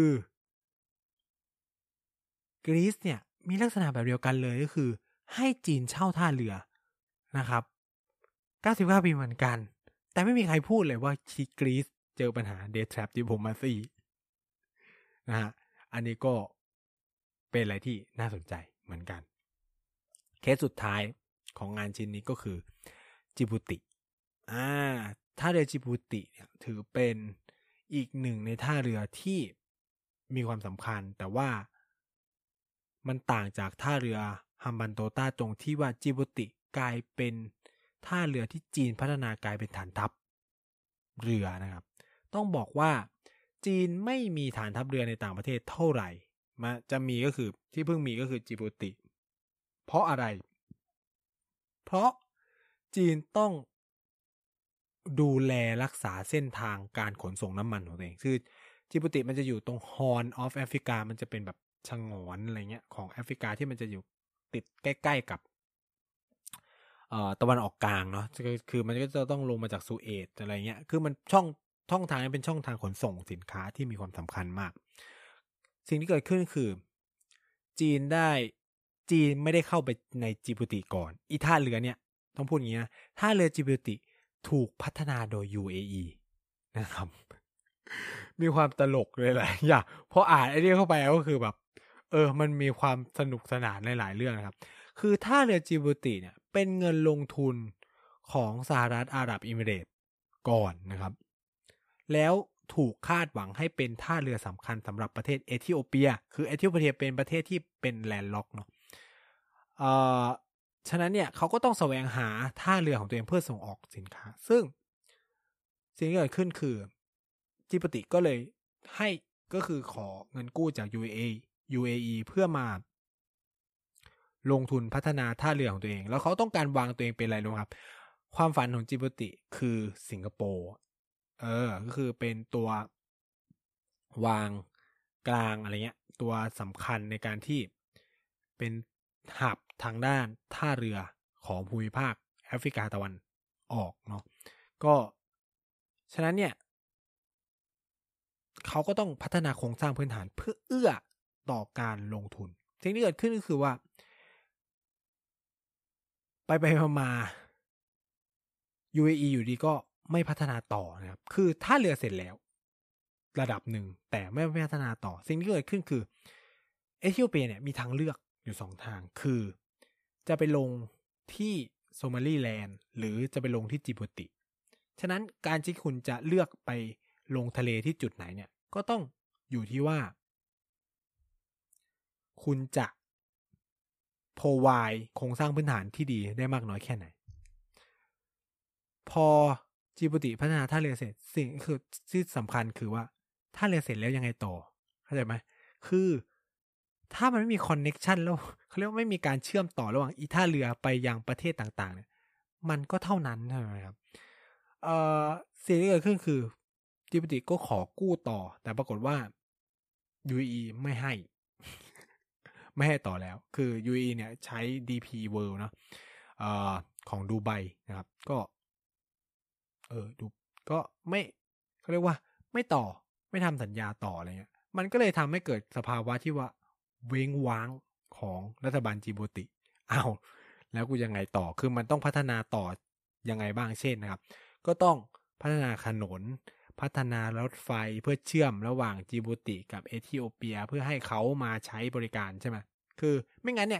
อกรีซเนี่ยมีลักษณะแบบเดียวกันเลยก็คือให้จีนเช่าท่าเรือนะครับเก้าสิบเก้าปีเหมือนกันแต่ไม่มีใครพูดเลยว่าที่กรีซเจอปัญหา Death Trap Diplomacy นะฮะอันนี้ก็เป็นอะไรที่น่าสนใจเหมือนกันเคสสุดท้ายของงานชิ้นนี้ก็คือจิบูติอ่าท่าเรือจิบูติเนี่ยถือเป็นอีกหนึ่งในท่าเรือที่มีความสำคัญแต่ว่ามันต่างจากท่าเรือฮัมบันโตต้าตรงที่ว่าจิบูติกลายเป็นท่าเรือที่จีนพัฒนากลายเป็นฐานทัพเรือนะครับต้องบอกว่าจีนไม่มีฐานทัพเรือในต่างประเทศเท่าไหร่มาจะมีก็คือที่เพิ่งมีก็คือจิบูติเพราะอะไรเพราะจีนต้องดูแลรักษาเส้นทางการขนส่งน้ำมันของตัวเองคือจิบูติมันจะอยู่ตรง Horn of Africa มันจะเป็นแบบชะงอนอะไรเงี้ยของแอฟริกาที่มันจะอยู่ติดใกล้ๆกับเอ่อตะวันออกกลางเนาะคือมันก็จะต้องลงมาจากสุเอตอะไรเงี้ยคือมันช่องช่องทางนี้เป็นช่องทางขนส่งสินค้าที่มีความสำคัญมากสิ่งที่เกิดขึ้นคือจีนได้จีนไม่ได้เข้าไปในจิบูติก่อนอีท่าเรือเนี่ยต้องพูดอย่างนี้นะท่าเรือจิบูติถูกพัฒนาโดย ยู เอ อี นะครับมีความตลกเลยหลายอย่างพออ่านไอ้นี่เข้าไปก็คือแบบเออมันมีความสนุกสนานในหลายเรื่องนะครับคือท่าเรือจิบูติเนี่ยเป็นเงินลงทุนของสหรัฐอาหรับเอมิเรตส์ก่อนนะครับแล้วถูกคาดหวังให้เป็นท่าเรือสำคัญสำหรับประเทศเอธิโอเปียคือเอธิโอเปียเป็นประเทศที่เป็นแลนด์ล็อกเนาะเอ่อฉะนั้นเนี่ยเขาก็ต้องแสวงหาท่าเรือของตัวเองเพื่อส่งออกสินค้าซึ่งสิ่งที่เกิดขึ้นคือจิบูติก็เลยให้ก็คือขอเงินกู้จาก ยู เอ ยู เอ อี เพื่อมาลงทุนพัฒนาท่าเรือของตัวเองแล้วเขาต้องการวางตัวเองเป็นอะไรรู้ครับความฝันของจิบูติคือสิงคโปร์เออก็คือเป็นตัววางกลางอะไรเงี้ยตัวสำคัญในการที่เป็นหับทางด้านท่าเรือของภูมิภาคแอฟริกาตะวันออกเนาะก็ฉะนั้นเนี่ยเขาก็ต้องพัฒนาโครงสร้างพื้นฐานเพื่อเอื้อต่อการลงทุนสิ่งที่เกิดขึ้นก็คือว่าไปไปมา ยู เอ อี อยู่ดีก็ไม่พัฒนาต่อนะครับคือท่าเรือเสร็จแล้วระดับหนึ่งแต่ไม่พัฒนาต่อสิ่งที่เกิดขึ้นคือเอธิโอเปียเนี่ยมีทางเลือกอยู่สองทางคือจะไปลงที่โซมาลีแลนด์หรือจะไปลงที่จิบูติฉะนั้นการที่คุณจะเลือกไปลงทะเลที่จุดไหนเนี่ยก็ต้องอยู่ที่ว่าคุณจะโพรไวด์โครงสร้างพื้นฐานที่ดีได้มากน้อยแค่ไหนพอจิบูติพัฒนาท่าเรือเสร็จสิ่งคือที่สำคัญคือว่าท่าเรือเสร็จแล้วยังไงต่อเข้าใจไหมคือถ้ามันไม่มีคอนเน็กชันแล้วเขาเรียกว่าไม่มีการเชื่อมต่อระหว่างอีท่าเรือไปยังประเทศต่างๆเนี่ยมันก็เท่านั้นใช่ไหมครับเอ่อสิ่งที่เกิดขึ้นคือจิบูติก็ขอกู้ต่อแต่ปรากฏว่า ยู เอ อี ไม่ให้ ไม่ให้ต่อแล้วคือ ยู เอ อี เนี่ยใช้ ดี พี World เนาะเอ่อของดูไบนะครับก็เออดูก็ไม่เขาเรียกว่าไม่ต่อไม่ทำสัญญาต่ออะไรเงี้ยมันก็เลยทำให้เกิดสภาวะที่ว่าเว้งว้างของรัฐบาลจิบูติอ้าวแล้วกูยังไงต่อคือมันต้องพัฒนาต่อยังไงบ้างเช่นนะครับก็ต้องพัฒนาถนนพัฒนารถไฟเพื่อเชื่อมระหว่างจิบูติกับเอธิโอเปียเพื่อให้เขามาใช้บริการใช่ไหมคือไม่งั้นเนี่ย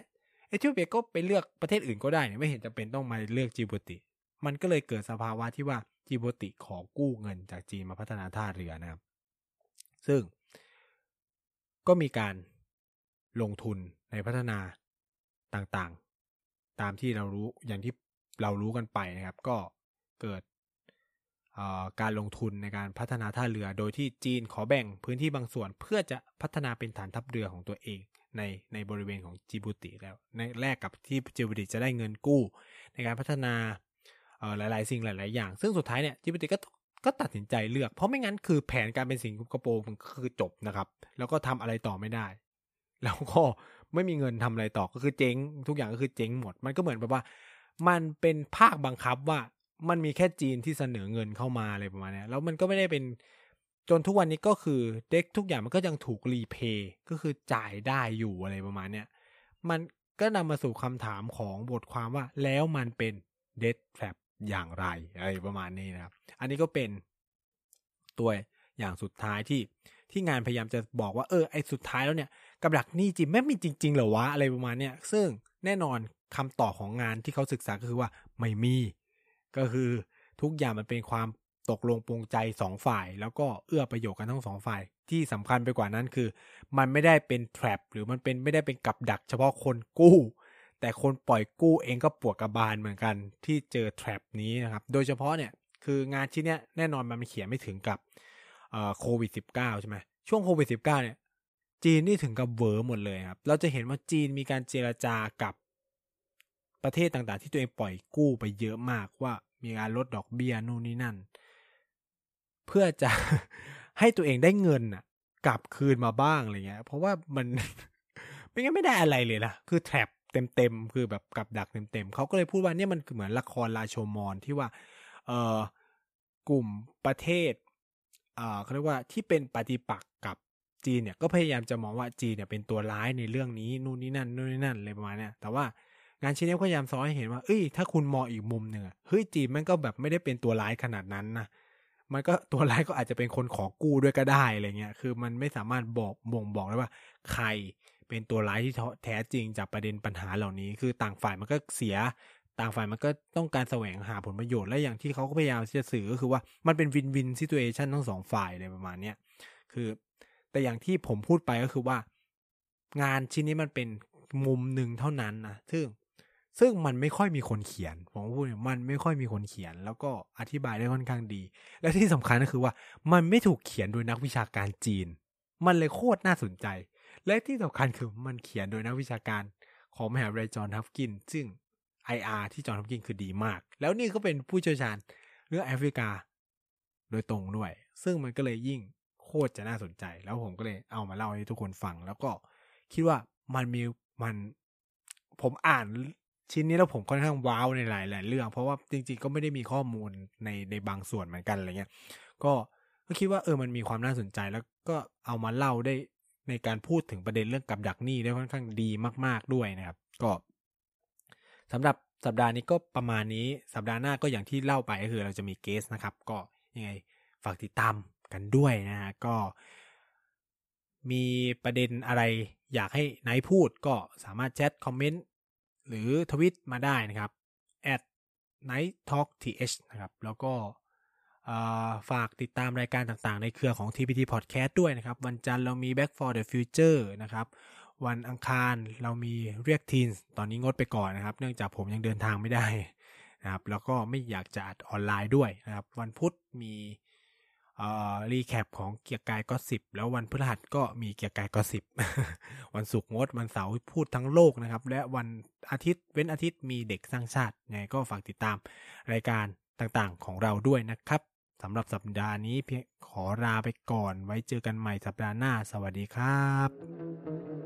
เอธิโอเปียก็ไปเลือกประเทศอื่นก็ได้ไม่เห็นจำเป็นต้องมาเลือกจิบูติมันก็เลยเกิดสภาวะที่ว่าจิบูติขอกู้เงินจากจีนมาพัฒนาท่าเรือนะครับซึ่งก็มีการลงทุนในพัฒนาต่างๆตามที่เรารู้อย่างที่เรารู้กันไปนะครับก็เกิดการลงทุนในการพัฒนาท่าเรือโดยที่จีนขอแบ่งพื้นที่บางส่วนเพื่อจะพัฒนาเป็นฐานทัพเรือของตัวเองในในบริเวณของจิบูติแล้วในแรกกับที่จิบูติจะได้เงินกู้ในการพัฒนาหลายๆสิ่งหลายๆอย่างซึ่งสุดท้ายเนี่ยจิบูติก็ก็ตัดสินใจเลือกเพราะไม่งั้นคือแผนการเป็นสิงคโปร์มันคือจบนะครับแล้วก็ทำอะไรต่อไม่ได้แล้วก็ไม่มีเงินทำอะไรต่อก็คือเจ๊งทุกอย่างก็คือเจ๊งหมดมันก็เหมือนแบบว่ามันเป็นภาคบังคับว่ามันมีแค่จีนที่เสนอเงินเข้ามาอะไรประมาณนี้แล้วมันก็ไม่ได้เป็นจนทุกวันนี้ก็คือเด็กทุกอย่างมันก็ยังถูกรีเพย์ก็คือจ่ายได้อยู่อะไรประมาณนี้มันก็นำมาสู่คำถามของบทความว่าแล้วมันเป็น debt trap อย่างไรอะไรประมาณนี้นะครับอันนี้ก็เป็นตัวอย่างสุดท้ายที่ที่งานพยายามจะบอกว่าเออไอ้สุดท้ายแล้วเนี่ยกับดักหนี้จีนไม่มีจริงๆเหรอวะอะไรประมาณนี้ซึ่งแน่นอนคำตอบของงานที่เขาศึกษาก็คือว่าไม่มีก็คือทุกอย่างมันเป็นความตกลงปรงใจสองฝ่ายแล้วก็เอื้อประโยชน์กันทั้งสองฝ่ายที่สำคัญไปกว่านั้นคือมันไม่ได้เป็น trap หรือมันเป็นไม่ได้เป็นกับดักเฉพาะคนกู้แต่คนปล่อยกู้เองก็ปวดกระบาลเหมือนกันที่เจอ trap นี้นะครับโดยเฉพาะเนี่ยคืองานชิ้นเนี้ยแน่นอนมันเขียนไม่ถึงกับเอ่อโควิด สิบเก้า ใช่ไหมช่วงโควิด สิบเก้า เนี่ยจีนนี่ถึงกับเวอร์หมดเลยครับเราจะเห็นว่าจีนมีการเจรจากับประเทศต่างๆที่ตัวเองปล่อยกู้ไปเยอะมากว่ามีการลดดอกเบี้ยนู่นนี่นั่นเพื่อจะ ให้ตัวเองได้เงินน่ะกลับคืนมาบ้างอะไรเงี้ยเพราะว่ามัน ไม่งั้นไม่ได้อะไรเลยนะคือแทรปเต็มๆคือแบบกับดักเต็มๆเขาก็เลยพูดว่าเนี่ยมันคือเหมือนละครราโชมอนที่ว่าเอ่อกลุ่มประเทศเอ่อเขาเรียกว่าที่เป็นปฏิปักษ์กับจีนเนี่ยก็พยายามจะมองว่าจีนเนี่ยเป็นตัวร้ายในเรื่องนี้นู่นนี่นั่นนู่นนี่นั่นอะไรประมาณเนี้ยแต่ว่างานชิ้นนี้พยายามสอนให้เห็นว่าเอ้ยถ้าคุณมองอีกมุมหนึ่งเฮ้ยจีนมันก็แบบไม่ได้เป็นตัวร้ายขนาดนั้นนะมันก็ตัวร้ายก็อาจจะเป็นคนขอกู้ด้วยก็ได้อะไรเงี้ยคือมันไม่สามารถบอกบ่งบอกได้ว่าใครเป็นตัวร้ายที่แท้จริงจากประเด็นปัญหาเหล่านี้คือต่างฝ่ายมันก็เสียต่างฝ่ายมันก็ต้องการแสวงหาผลประโยชน์และอย่างที่เขาก็พยายามจะสื่อก็คือว่ามันเป็นวินวินซิทูเอชั่นทั้งสองฝ่ายอะไรประมาณเนี้ยคือแต่อย่างที่ผมพูดไปก็คือว่างานชิ้นนี้มันเป็นมุมหนึ่งเท่านั้นนะซึ่งซึ่งมันไม่ค่อยมีคนเขียนผมพูดมันไม่ค่อยมีคนเขียนแล้วก็อธิบายได้ค่อนข้างดีและที่สำคัญก็คือว่ามันไม่ถูกเขียนโดยนักวิชาการจีนมันเลยโคตรน่าสนใจและที่สำคัญคือมันเขียนโดยนักวิชาการของมหาวิทยาลัยจอห์นฮอปกินส์ซึ่ง ไอ อาร์ ที่จอห์นฮอปกินส์คือดีมากแล้วนี่ก็เป็นผู้เชี่ยวชาญเรื่องแอฟริกาโดยตรงด้วยซึ่งมันก็เลยยิ่งโคตรจะน่าสนใจแล้วผมก็เลยเอามาเล่าให้ทุกคนฟังแล้วก็คิดว่ามันมีมันผมอ่านชิ้นนี้แล้วผมค่อนข้างว้าวในหลายๆเรื่องเพราะว่าจริงๆก็ไม่ได้มีข้อมูลในในบางส่วนเหมือนกันอะไรเงี้ยก็ก็คิดว่าเออมันมีความน่าสนใจแล้วก็เอามาเล่าได้ในการพูดถึงประเด็นเรื่องกับดักหนี้ได้ค่อนข้างดีมากๆด้วยนะครับก็สำหรับสัปดาห์นี้ก็ประมาณนี้สัปดาห์หน้าก็อย่างที่เล่าไปก็คือเราจะมีเกสนะครับก็ยังไงฝากติดตามกันด้วยนะฮะก็มีประเด็นอะไรอยากให้ไนท์พูดก็สามารถแชทคอมเมนต์หรือทวิตมาได้นะครับ แอท ไนท์ทอล์ก ที เอช นะครับแล้วก็ฝากติดตามรายการต่างๆในเครือของ ที พี ที Podcast ด้วยนะครับวันจันทร์เรามี Back for the Future นะครับวันอังคารเรามีเรียกทีนตอนนี้งดไปก่อนนะครับเนื่องจากผมยังเดินทางไม่ได้นะครับแล้วก็ไม่อยากจะอัดออนไลน์ด้วยนะครับวันพุธมีเอ่อรีแคปของเกียร์กายก็สิบแล้ววันพฤหัสก็มีเกียร์กายก็สิบ วันศุกร์งดวันเสาร์พูดทั้งโลกนะครับและวันอาทิตย์เว้นอาทิตย์มีเด็กสร้างชาติไงก็ฝากติดตามรายการต่างๆของเราด้วยนะครับสำหรับสัปดาห์นี้เพียงขอลาไปก่อนไว้เจอกันใหม่สัปดาห์หน้าสวัสดีครับ